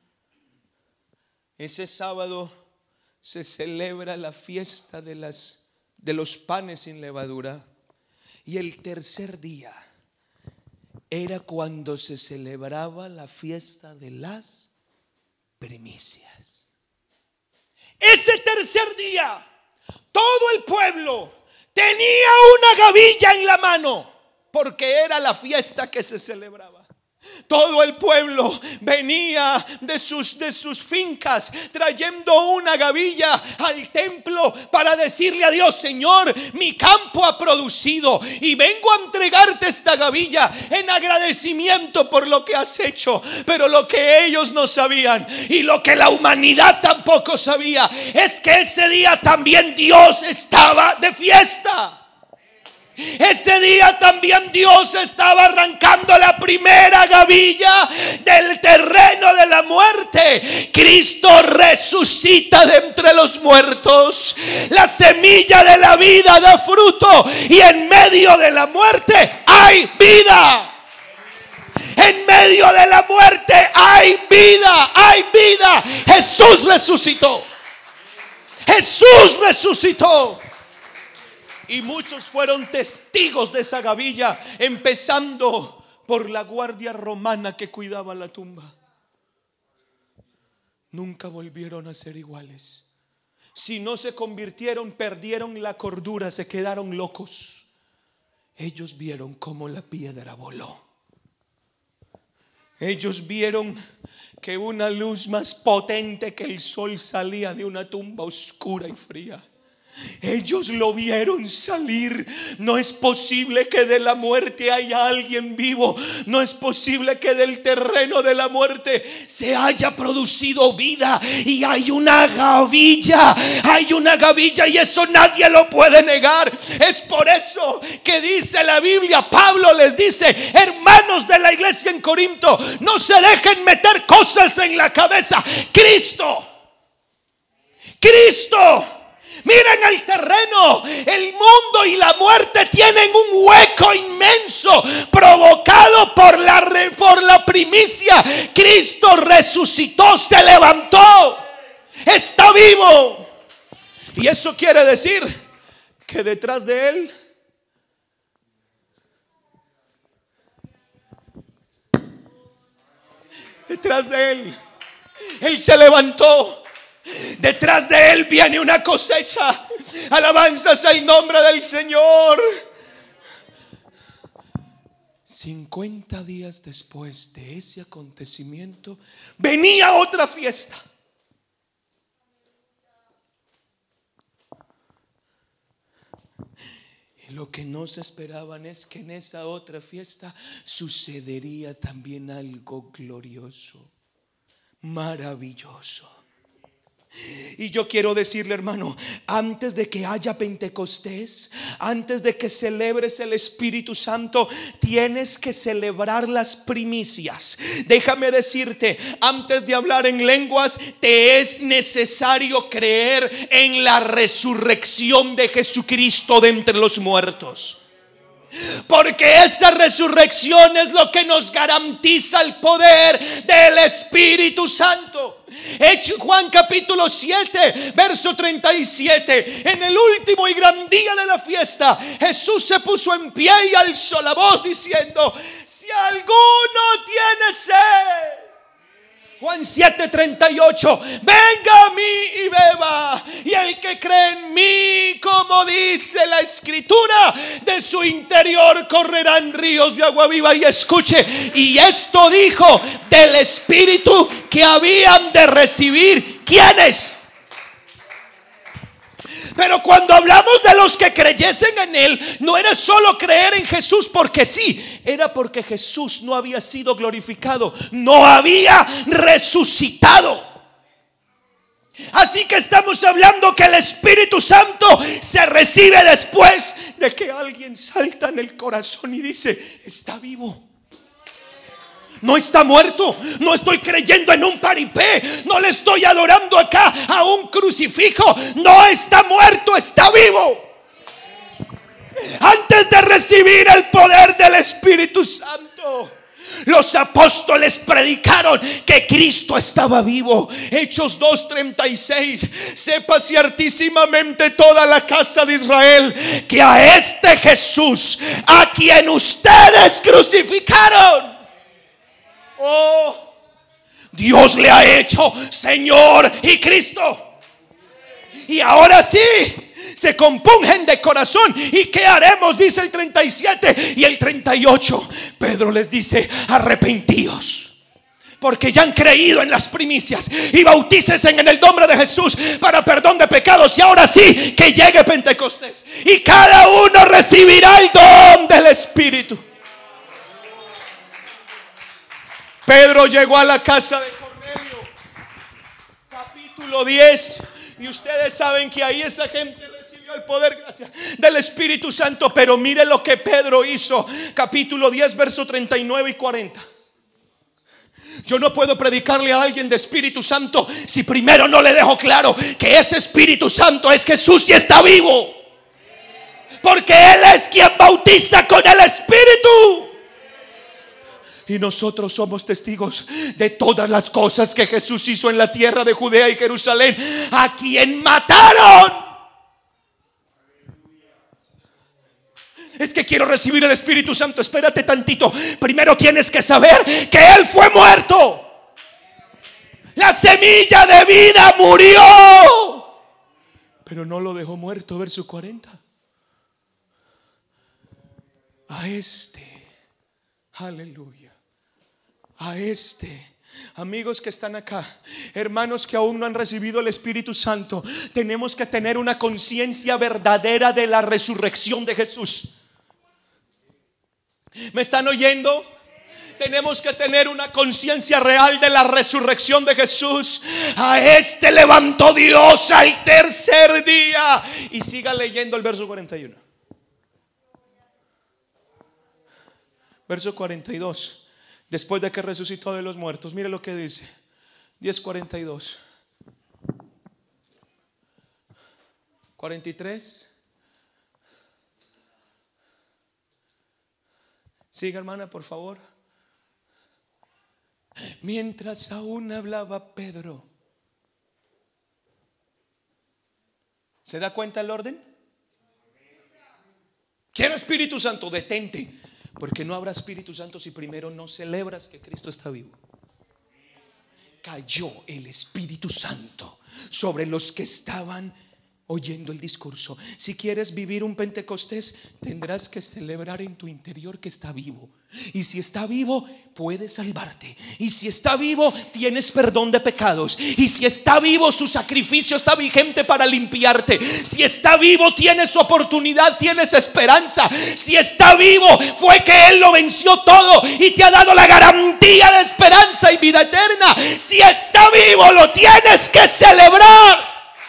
Ese sábado se celebra la fiesta de los panes sin levadura. Y el tercer día era cuando se celebraba la fiesta de las primicias. Ese tercer día, todo el pueblo tenía una gavilla en la mano, porque era la fiesta que se celebraba. Todo el pueblo venía de sus fincas trayendo una gavilla al templo para decirle a Dios: Señor, mi campo ha producido y vengo a entregarte esta gavilla en agradecimiento por lo que has hecho. Pero lo que ellos no sabían, y lo que la humanidad tampoco sabía, es que ese día también Dios estaba de fiesta. Ese día también Dios estaba arrancando la primera gavilla del terreno de la muerte. Cristo resucita de entre los muertos. La semilla de la vida da fruto, y en medio de la muerte hay vida. En medio de la muerte hay vida, hay vida. Jesús resucitó. Jesús resucitó. Y muchos fueron testigos de esa gavilla, empezando por la guardia romana que cuidaba la tumba. Nunca volvieron a ser iguales. Si no se convirtieron, perdieron la cordura, se quedaron locos. Ellos vieron cómo la piedra voló. Ellos vieron que una luz más potente que el sol salía de una tumba oscura y fría. Ellos lo vieron salir. No es posible que de la muerte haya alguien vivo. No es posible que del terreno de la muerte se haya producido vida. Y hay una gavilla. Hay una gavilla, y eso nadie lo puede negar. Es por eso que dice la Biblia, Pablo les dice: hermanos de la iglesia en Corinto, no se dejen meter cosas en la cabeza. Cristo. Miren el terreno, el mundo y la muerte tienen un hueco inmenso provocado por la primicia. Cristo resucitó, se levantó, está vivo. Y eso quiere decir que detrás de él él se levantó. Detrás de él viene una cosecha. Alabanzas al nombre del Señor. 50 días después de ese acontecimiento venía otra fiesta. Y lo que no se esperaban es que en esa otra fiesta sucedería también algo glorioso, maravilloso. Y yo quiero decirle, hermano, antes de que haya Pentecostés, antes de que celebres el Espíritu Santo, tienes que celebrar las primicias. Déjame decirte, antes de hablar en lenguas, te es necesario creer en la resurrección de Jesucristo de entre los muertos. Porque esa resurrección es lo que nos garantiza el poder del Espíritu Santo. Juan capítulo 7, verso 37. En el último y gran día de la fiesta, Jesús se puso en pie y alzó la voz diciendo: si alguno tiene sed. Juan 7:38, venga a mí y beba, y el que cree en mí, como dice la Escritura, de su interior correrán ríos de agua viva. Y escuche, y esto dijo del Espíritu que habían de recibir. ¿Quiénes? Pero cuando hablamos de los que creyesen en Él, no era solo creer en Jesús porque sí, era porque Jesús no había sido glorificado, no había resucitado. Así que estamos hablando que el Espíritu Santo se recibe después de que alguien salta en el corazón y dice: está vivo. No está muerto. No estoy creyendo en un paripé. No le estoy adorando acá a un crucifijo. No está muerto, está vivo. Antes de recibir el poder del Espíritu Santo, los apóstoles predicaron que Cristo estaba vivo. Hechos 2:36. Sepa ciertísimamente toda la casa de Israel que a este Jesús, a quien ustedes crucificaron, Dios le ha hecho Señor y Cristo. Y ahora sí, se compungen de corazón. ¿Y qué haremos? Dice el 37 y el 38. Pedro les dice: arrepentíos, porque ya han creído en las primicias, y bautícense en el nombre de Jesús para perdón de pecados. Y ahora sí, que llegue Pentecostés y cada uno recibirá el don del Espíritu. Pedro llegó a la casa de Cornelio, capítulo 10, y ustedes saben que ahí esa gente recibió el poder, gracias, del Espíritu Santo. Pero mire lo que Pedro hizo, capítulo 10, verso 39 y 40. Yo no puedo predicarle a alguien de Espíritu Santo si primero no le dejo claro que ese Espíritu Santo es Jesús y está vivo, porque Él es quien bautiza con el Espíritu. Y nosotros somos testigos de todas las cosas que Jesús hizo en la tierra de Judea y Jerusalén, a quien mataron. Es que quiero recibir el Espíritu Santo. Espérate tantito. Primero tienes que saber que Él fue muerto. La semilla de vida murió, pero no lo dejó muerto. Verso 40. A este, aleluya, a este, amigos que están acá, hermanos que aún no han recibido el Espíritu Santo, tenemos que tener una conciencia verdadera de la resurrección de Jesús. ¿Me están oyendo? Tenemos que tener una conciencia real de la resurrección de Jesús. A este levantó Dios al tercer día. Y siga leyendo el verso 41. Verso 42. Después de que resucitó de los muertos, mire lo que dice 10:42, 43. Siga, hermana, por favor. Mientras aún hablaba Pedro. ¿Se da cuenta el orden? Quiero Espíritu Santo, detente. Porque no habrá Espíritu Santo si primero no celebras que Cristo está vivo. Cayó el Espíritu Santo sobre los que estaban oyendo el discurso. Si quieres vivir un Pentecostés, tendrás que celebrar en tu interior que está vivo. Y si está vivo, puede salvarte. Y si está vivo, tienes perdón de pecados. Y si está vivo, su sacrificio está vigente para limpiarte. Si está vivo, tienes oportunidad, tienes esperanza. Si está vivo, fue que Él lo venció todo y te ha dado la garantía de esperanza y vida eterna. Si está vivo, lo tienes que celebrar.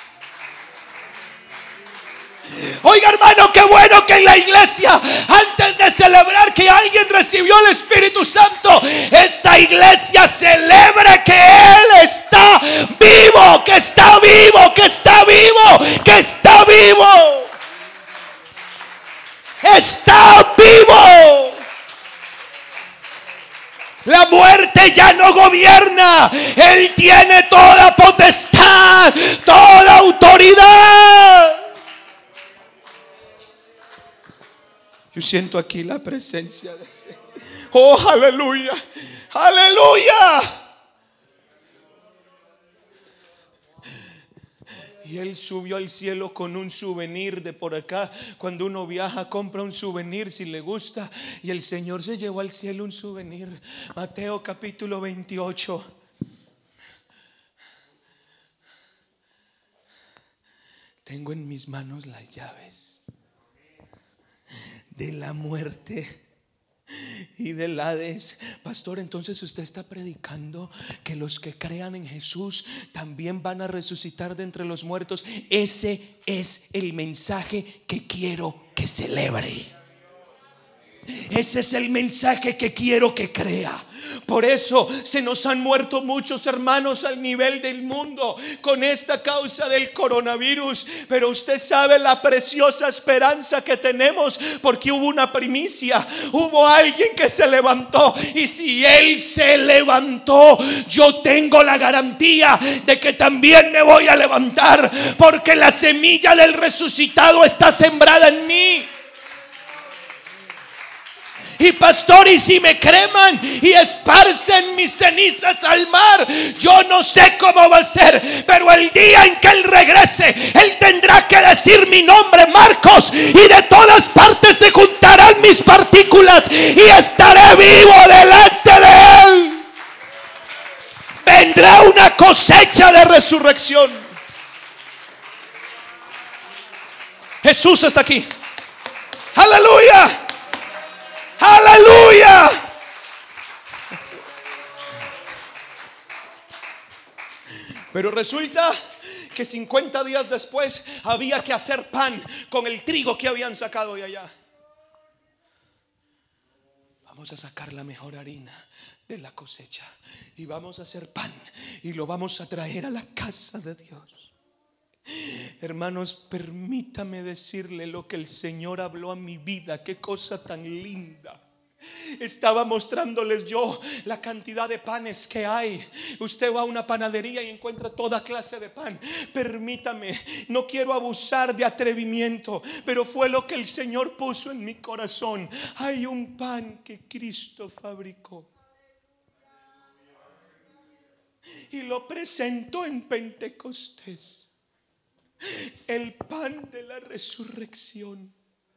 Oiga, hermano, qué bueno que en la iglesia, antes de celebrar que alguien recibió el Espíritu Santo, esta iglesia celebre que Él está vivo, que está vivo, que está vivo, que está vivo. está vivo. La muerte ya no gobierna. Él tiene toda potestad, toda autoridad. Yo siento aquí la presencia de Dios. Oh, aleluya, aleluya. Y él subió al cielo con un souvenir de por acá. Cuando uno viaja, compra un souvenir si le gusta. Y el Señor se llevó al cielo un souvenir. Mateo capítulo 28. Tengo en mis manos las llaves de la muerte y del Hades. Pastor, entonces usted está predicando que los que crean en Jesús también van a resucitar de entre los muertos. Ese es el mensaje que quiero que celebre. Ese es el mensaje que quiero que crea. Por eso se nos han muerto muchos hermanos al nivel del mundo con esta causa del coronavirus. Pero usted sabe la preciosa esperanza que tenemos, porque hubo una primicia. Hubo alguien que se levantó, y si él se levantó, yo tengo la garantía de que también me voy a levantar, porque la semilla del resucitado está sembrada en mí. Y pastor, y si me creman y esparcen mis cenizas al mar, yo no sé cómo va a ser, pero el día en que él regrese, él tendrá que decir mi nombre, Marcos, y de todas partes se juntarán mis partículas y estaré vivo delante de él. Vendrá una cosecha de resurrección. Jesús está aquí. Aleluya. Aleluya. Pero resulta que 50 días después había que hacer pan con el trigo que habían sacado de allá. Vamos a sacar la mejor harina de la cosecha y vamos a hacer pan y lo vamos a traer a la casa de Dios. Hermanos, permítame decirle lo que el Señor habló a mi vida. Qué cosa tan linda. Estaba mostrándoles yo la cantidad de panes que hay. Usted va a una panadería y encuentra toda clase de pan. Permítame, no quiero abusar de atrevimiento, pero fue lo que el Señor puso en mi corazón. Hay un pan que Cristo fabricó y lo presentó en Pentecostés. El pan de la resurrección.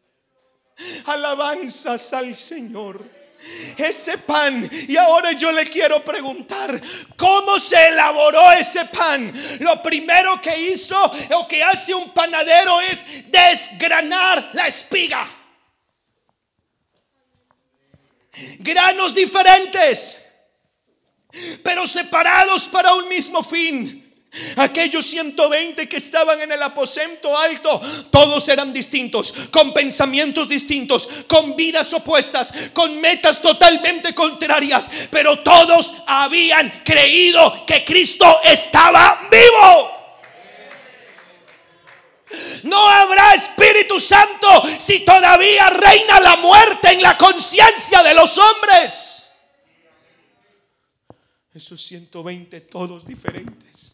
Alabanzas al Señor. Ese pan. Y ahora yo le quiero preguntar, ¿cómo se elaboró ese pan? Lo primero que hizo o que hace un panadero es desgranar la espiga. Granos diferentes, pero separados para un mismo fin. Aquellos 120 que estaban en el aposento alto, todos eran distintos, con pensamientos distintos, con vidas opuestas, con metas totalmente contrarias, pero todos habían creído que Cristo estaba vivo. No habrá Espíritu Santo si todavía reina la muerte en la conciencia de los hombres. Esos 120 todos diferentes,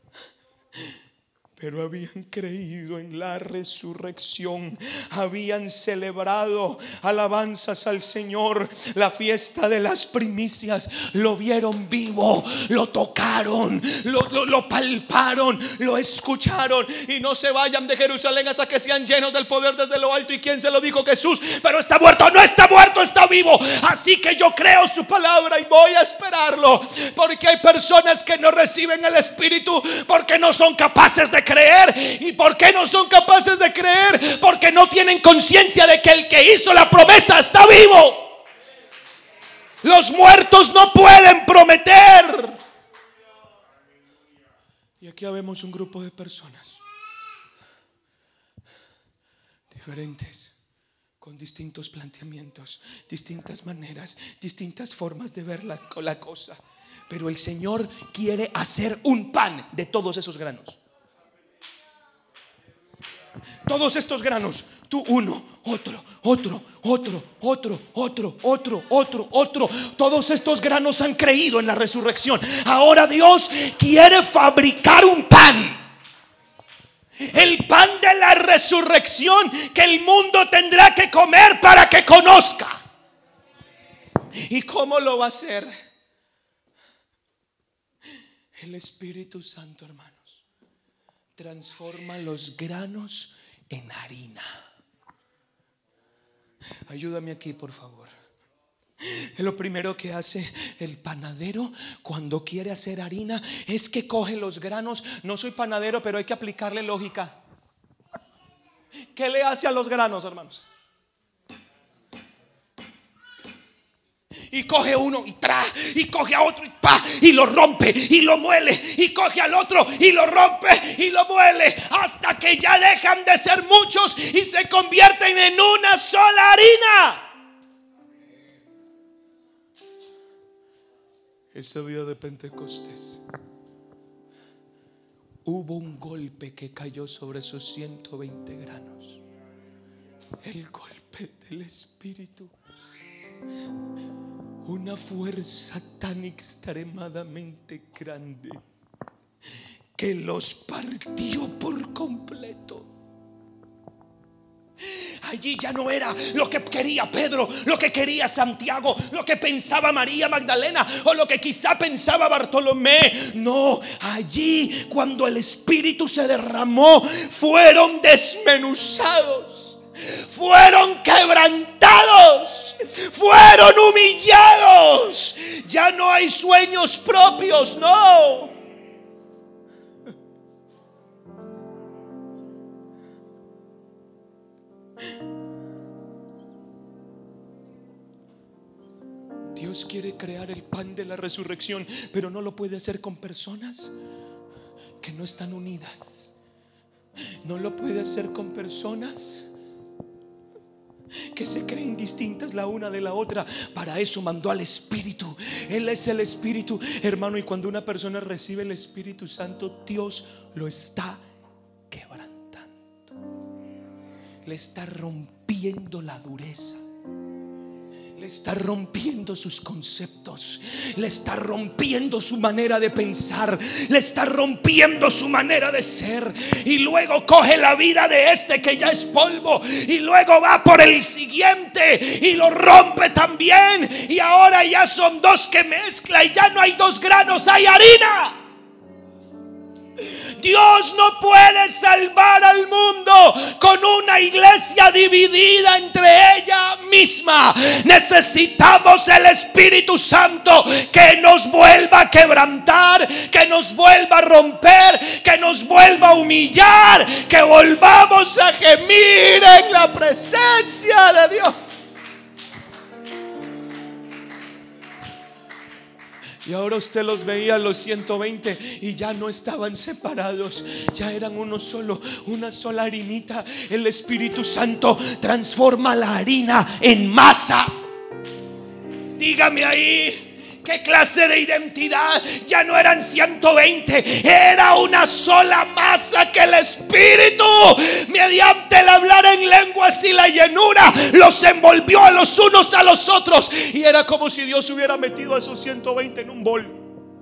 pero habían creído en la resurrección. Habían celebrado, alabanzas al Señor, la fiesta de las primicias. Lo vieron vivo, lo tocaron, lo palparon, lo escucharon. Y no se vayan de Jerusalén hasta que sean llenos del poder desde lo alto. ¿Y quién se lo dijo? Jesús. Pero está muerto, no está muerto, está vivo. Así que yo creo su palabra y voy a esperarlo, porque hay personas que no reciben el Espíritu porque no son capaces de creer. ¿Y por qué no son capaces de creer? Porque no tienen conciencia de que el que hizo la promesa está vivo. Los muertos no pueden prometer. Y aquí vemos un grupo de personas diferentes, con distintos planteamientos, distintas maneras, distintas formas de ver la cosa. Pero el Señor quiere hacer un pan de todos esos granos. Todos estos granos, tú uno, otro. Todos estos granos han creído en la resurrección. Ahora Dios quiere fabricar un pan. El pan de la resurrección que el mundo tendrá que comer para que conozca. ¿Y cómo lo va a hacer? El Espíritu Santo, hermanos, transforma los granos en harina. Ayúdame aquí, por favor. Lo primero que hace el panadero cuando quiere hacer harina es que coge los granos. No soy panadero, pero hay que aplicarle lógica. ¿Qué le hace a los granos, hermanos? Y coge uno y coge a otro y lo rompe y lo muele, y coge al otro y lo rompe y lo muele, hasta que ya dejan de ser muchos y se convierten en una sola harina. Ese día de Pentecostés hubo un golpe que cayó sobre esos 120 granos. El golpe del Espíritu. Una fuerza tan extremadamente grande que los partió por completo. Allí ya no era lo que quería Pedro, lo que quería Santiago, lo que pensaba María Magdalena o lo que quizá pensaba Bartolomé. No, allí cuando el Espíritu se derramó, fueron desmenuzados, fueron quebrantados, fueron humillados. Ya no hay sueños propios, no. Dios quiere crear el pan de la resurrección, pero no lo puede hacer con personas que no están unidas. No lo puede hacer con personas que se creen distintas la una de la otra. Para eso mandó al Espíritu. Él es el Espíritu, hermano. Y cuando una persona recibe el Espíritu Santo, Dios lo está quebrantando, le está rompiendo la dureza, le está rompiendo sus conceptos, le está rompiendo su manera de pensar, le está rompiendo su manera de ser. Y luego coge la vida de este que ya es polvo, y luego va por el siguiente y lo rompe también. Y ahora ya son dos que mezcla, y ya no hay dos granos, hay harina. Dios no puede salvar al mundo con una iglesia dividida entre ella misma. Necesitamos el Espíritu Santo que nos vuelva a quebrantar, que nos vuelva a romper, que nos vuelva a humillar, que volvamos a gemir en la presencia de Dios. Y ahora usted los veía, los 120, y ya no estaban separados, ya eran uno solo, una sola harinita. El Espíritu Santo transforma la harina en masa. Dígame ahí, ¿qué clase de identidad? Ya no eran 120, era una sola masa que el Espíritu, mediante el hablar en lenguas y la llenura, los envolvió a los unos a los otros. Y era como si Dios hubiera metido a esos 120 en un bol.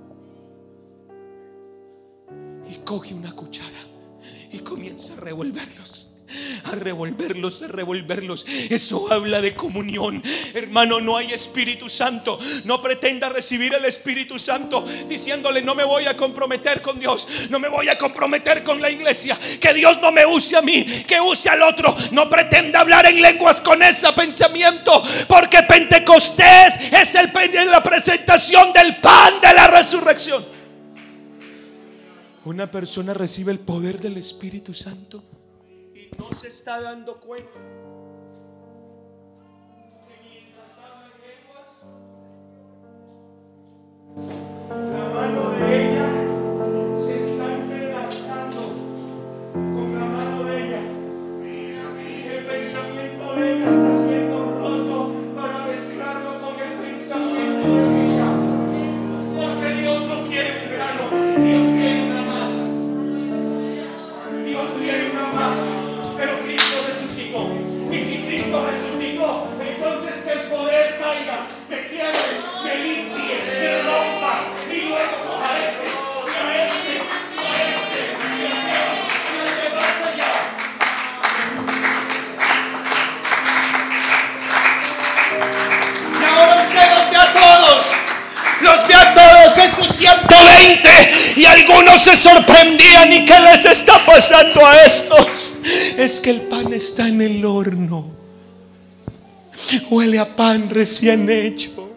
Y coge una cuchara y comienza a revolverlos, a revolverlos, a revolverlos. Eso habla de comunión, hermano. No hay Espíritu Santo. No pretenda recibir el Espíritu Santo diciéndole: no me voy a comprometer con Dios, no me voy a comprometer con la iglesia, que Dios no me use a mí, que use al otro. No pretenda hablar en lenguas con ese pensamiento, porque Pentecostés es la presentación del pan de la resurrección. Una persona recibe el poder del Espíritu Santo y no se está dando cuenta que mientras habla en lenguas, la mano de ella se está entrelazando con la mano de ella. El pensamiento de ella está siendo roto para mezclarlo con el pensamiento de ella. Porque Dios no quiere un grano, Dios quiere una masa. Dios quiere una masa. pero Cristo resucitó. Y si Cristo resucitó, entonces que el poder caiga, me quiebre, me limpie, me rompa, y luego a este, y a este, y a este, y al que más allá. Y ahora usted los ve a todos. Los ve a todos esos 120 y algunos se sorprendían. ¿Y qué les está pasando a estos? Es que el pan está en el horno. Huele a pan recién hecho.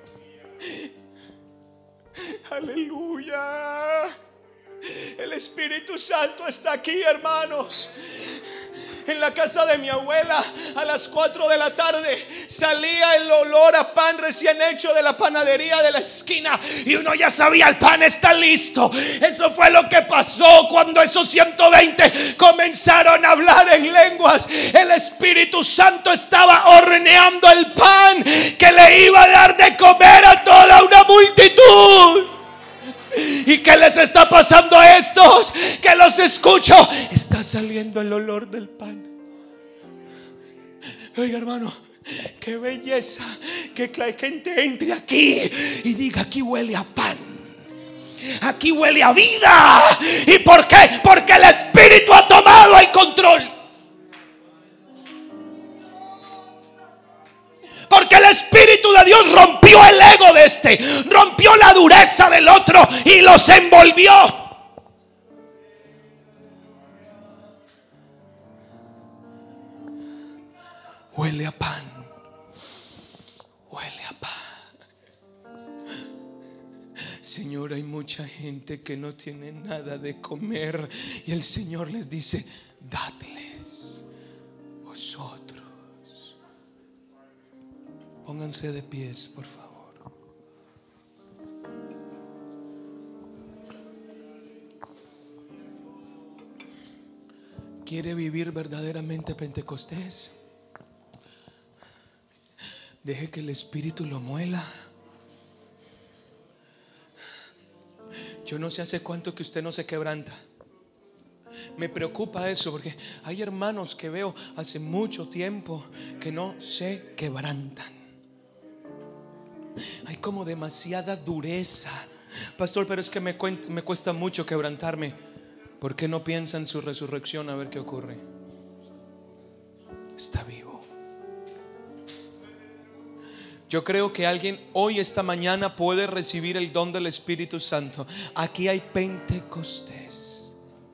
Aleluya. El Espíritu Santo está aquí, hermanos. En la casa de mi abuela a las 4 de la tarde salía el olor a pan recién hecho de la panadería de la esquina y uno ya sabía, el pan está listo. Eso fue lo que pasó cuando esos 120 comenzaron a hablar en lenguas. El Espíritu Santo estaba horneando el pan que le iba a dar de comer a toda una multitud. ¿Y qué les está pasando a estos? Que los escucho. Está saliendo el olor del pan. Oiga, hermano, qué belleza que la gente entre aquí y diga: aquí huele a pan, aquí huele a vida. ¿Y por qué? Porque el Espíritu ha tomado el control. Porque el Espíritu de Dios rompió el ego de este, rompió la dureza del otro y los envolvió. Huele a pan, huele a pan. Señor, hay mucha gente que no tiene nada de comer y el Señor les dice: dadles vosotros. Pónganse de pies, por favor. ¿Quiere vivir verdaderamente Pentecostés? Deje que el Espíritu lo muela. Yo no sé hace cuánto que usted no se quebranta. Me preocupa eso, porque hay hermanos que veo hace mucho tiempo que no se quebrantan. Hay como demasiada dureza. Pastor, pero es que me cuesta mucho quebrantarme. ¿Por qué no piensa en su resurrección a ver qué ocurre? Está vivo. Yo creo que alguien hoy, esta mañana, puede recibir el don del Espíritu Santo. Aquí hay Pentecostés.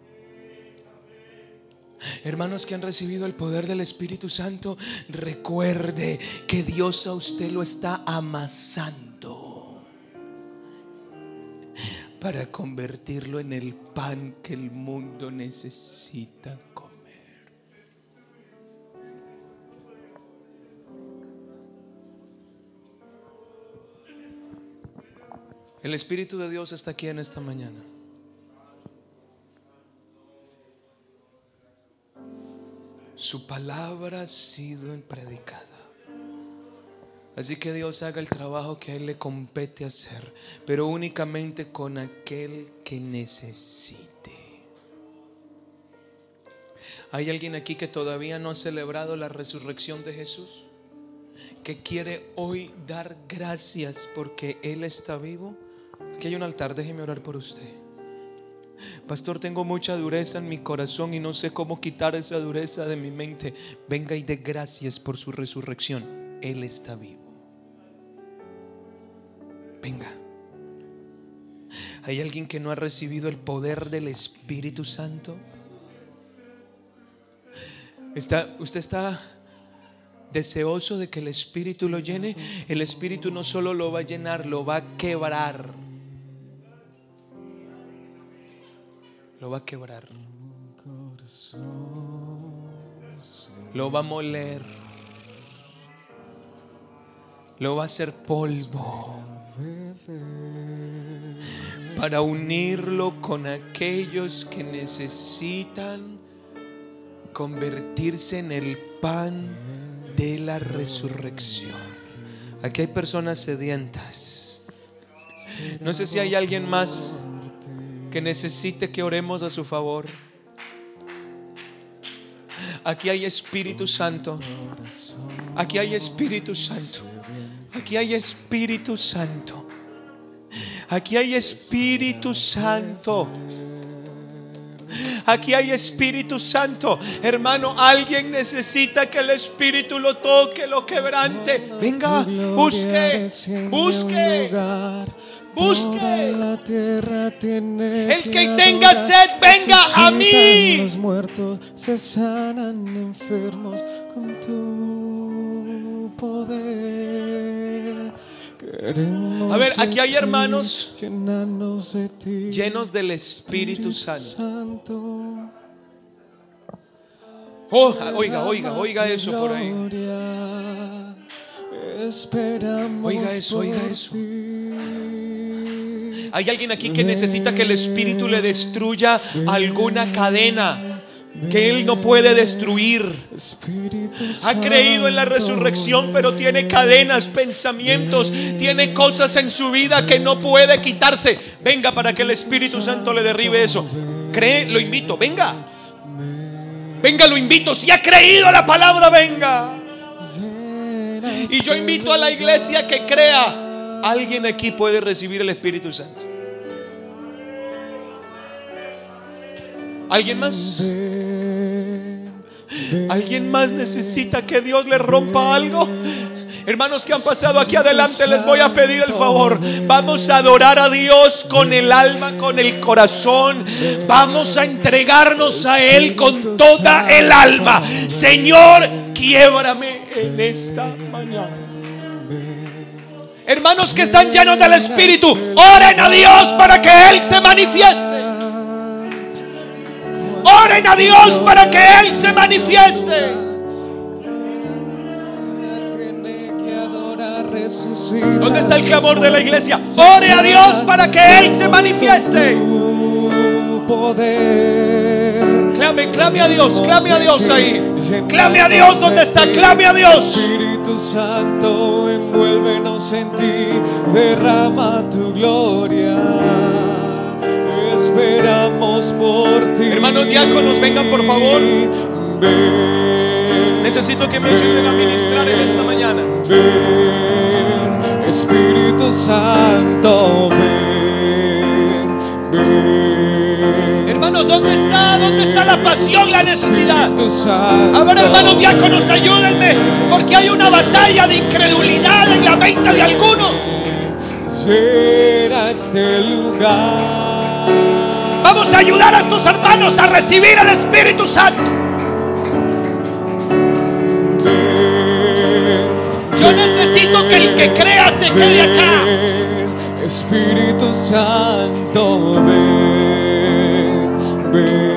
Hermanos que han recibido el poder del Espíritu Santo, recuerde que Dios a usted lo está amasando para convertirlo en el pan que el mundo necesita comer. El Espíritu de Dios está aquí en esta mañana. Su palabra ha sido predicada. Así que Dios haga el trabajo que a Él le compete hacer, pero únicamente con aquel que necesite. ¿Hay alguien aquí que todavía no ha celebrado la resurrección de Jesús? Que quiere hoy dar gracias porque Él está vivo. Aquí hay un altar, déjeme orar por usted. Pastor, tengo mucha dureza en mi corazón y no sé cómo quitar esa dureza de mi mente. Venga y dé gracias por su resurrección. Él está vivo. Venga. ¿Hay alguien que no ha recibido el poder del Espíritu Santo? ¿Usted está deseoso de que el Espíritu lo llene? El Espíritu no solo lo va a llenar, lo va a quebrar. Lo va a quebrar. Lo va a moler. Lo va a hacer polvo para unirlo con aquellos que necesitan convertirse en el pan de la resurrección. Aquí hay personas sedientas. No sé si hay alguien más que necesite que oremos a su favor. Aquí hay Espíritu Santo. Aquí hay Espíritu Santo. Aquí hay Espíritu Santo. Aquí hay Espíritu Santo. Aquí hay Espíritu Santo. Hermano, alguien necesita que el Espíritu lo toque, lo quebrante. Venga, busque, busque, busque. El que tenga sed, venga a mí. Los muertos se sanan, enfermos con tu poder. A ver, aquí hay hermanos llenos del Espíritu Santo. Oh, oiga eso por ahí. Oiga eso. Hay alguien aquí que necesita que el Espíritu le destruya alguna cadena que Él no puede destruir. Ha creído en la resurrección, pero tiene cadenas, pensamientos, tiene cosas en su vida que no puede quitarse. Venga para que el Espíritu Santo le derribe eso. Cree, lo invito, venga. Venga, lo invito. Si ha creído la palabra, venga. Y yo invito a la iglesia que crea. Alguien aquí puede recibir el Espíritu Santo. ¿Alguien más? ¿Alguien más necesita que Dios le rompa algo? Hermanos que han pasado aquí adelante, les voy a pedir el favor. Vamos a adorar a Dios con el alma, con el corazón. Vamos a entregarnos a Él con toda el alma. Señor, quiébrame en esta mañana. Hermanos que están llenos del Espíritu, oren a Dios para que Él se manifieste. Oren a Dios para que Él se manifieste. ¿Dónde está el clamor de la iglesia? Ore a Dios para que Él se manifieste. Clame a Dios ahí. Clame a Dios donde está, clame a Dios. Espíritu Santo, envuélvenos en ti, derrama tu gloria. Esperamos por ti. Hermanos diáconos, vengan por favor. Ven, necesito que me ayuden a ministrar en esta mañana. Ven, Espíritu Santo, ven, ven. Hermanos, ¿dónde está la pasión, la necesidad? Santo, a ver, hermanos diáconos, ayúdenme, porque hay una batalla de incredulidad en la mente de algunos. Llena este lugar. Vamos a ayudar a estos hermanos a recibir el Espíritu Santo. Yo necesito que el que crea se quede acá. Espíritu Santo, ven, ven.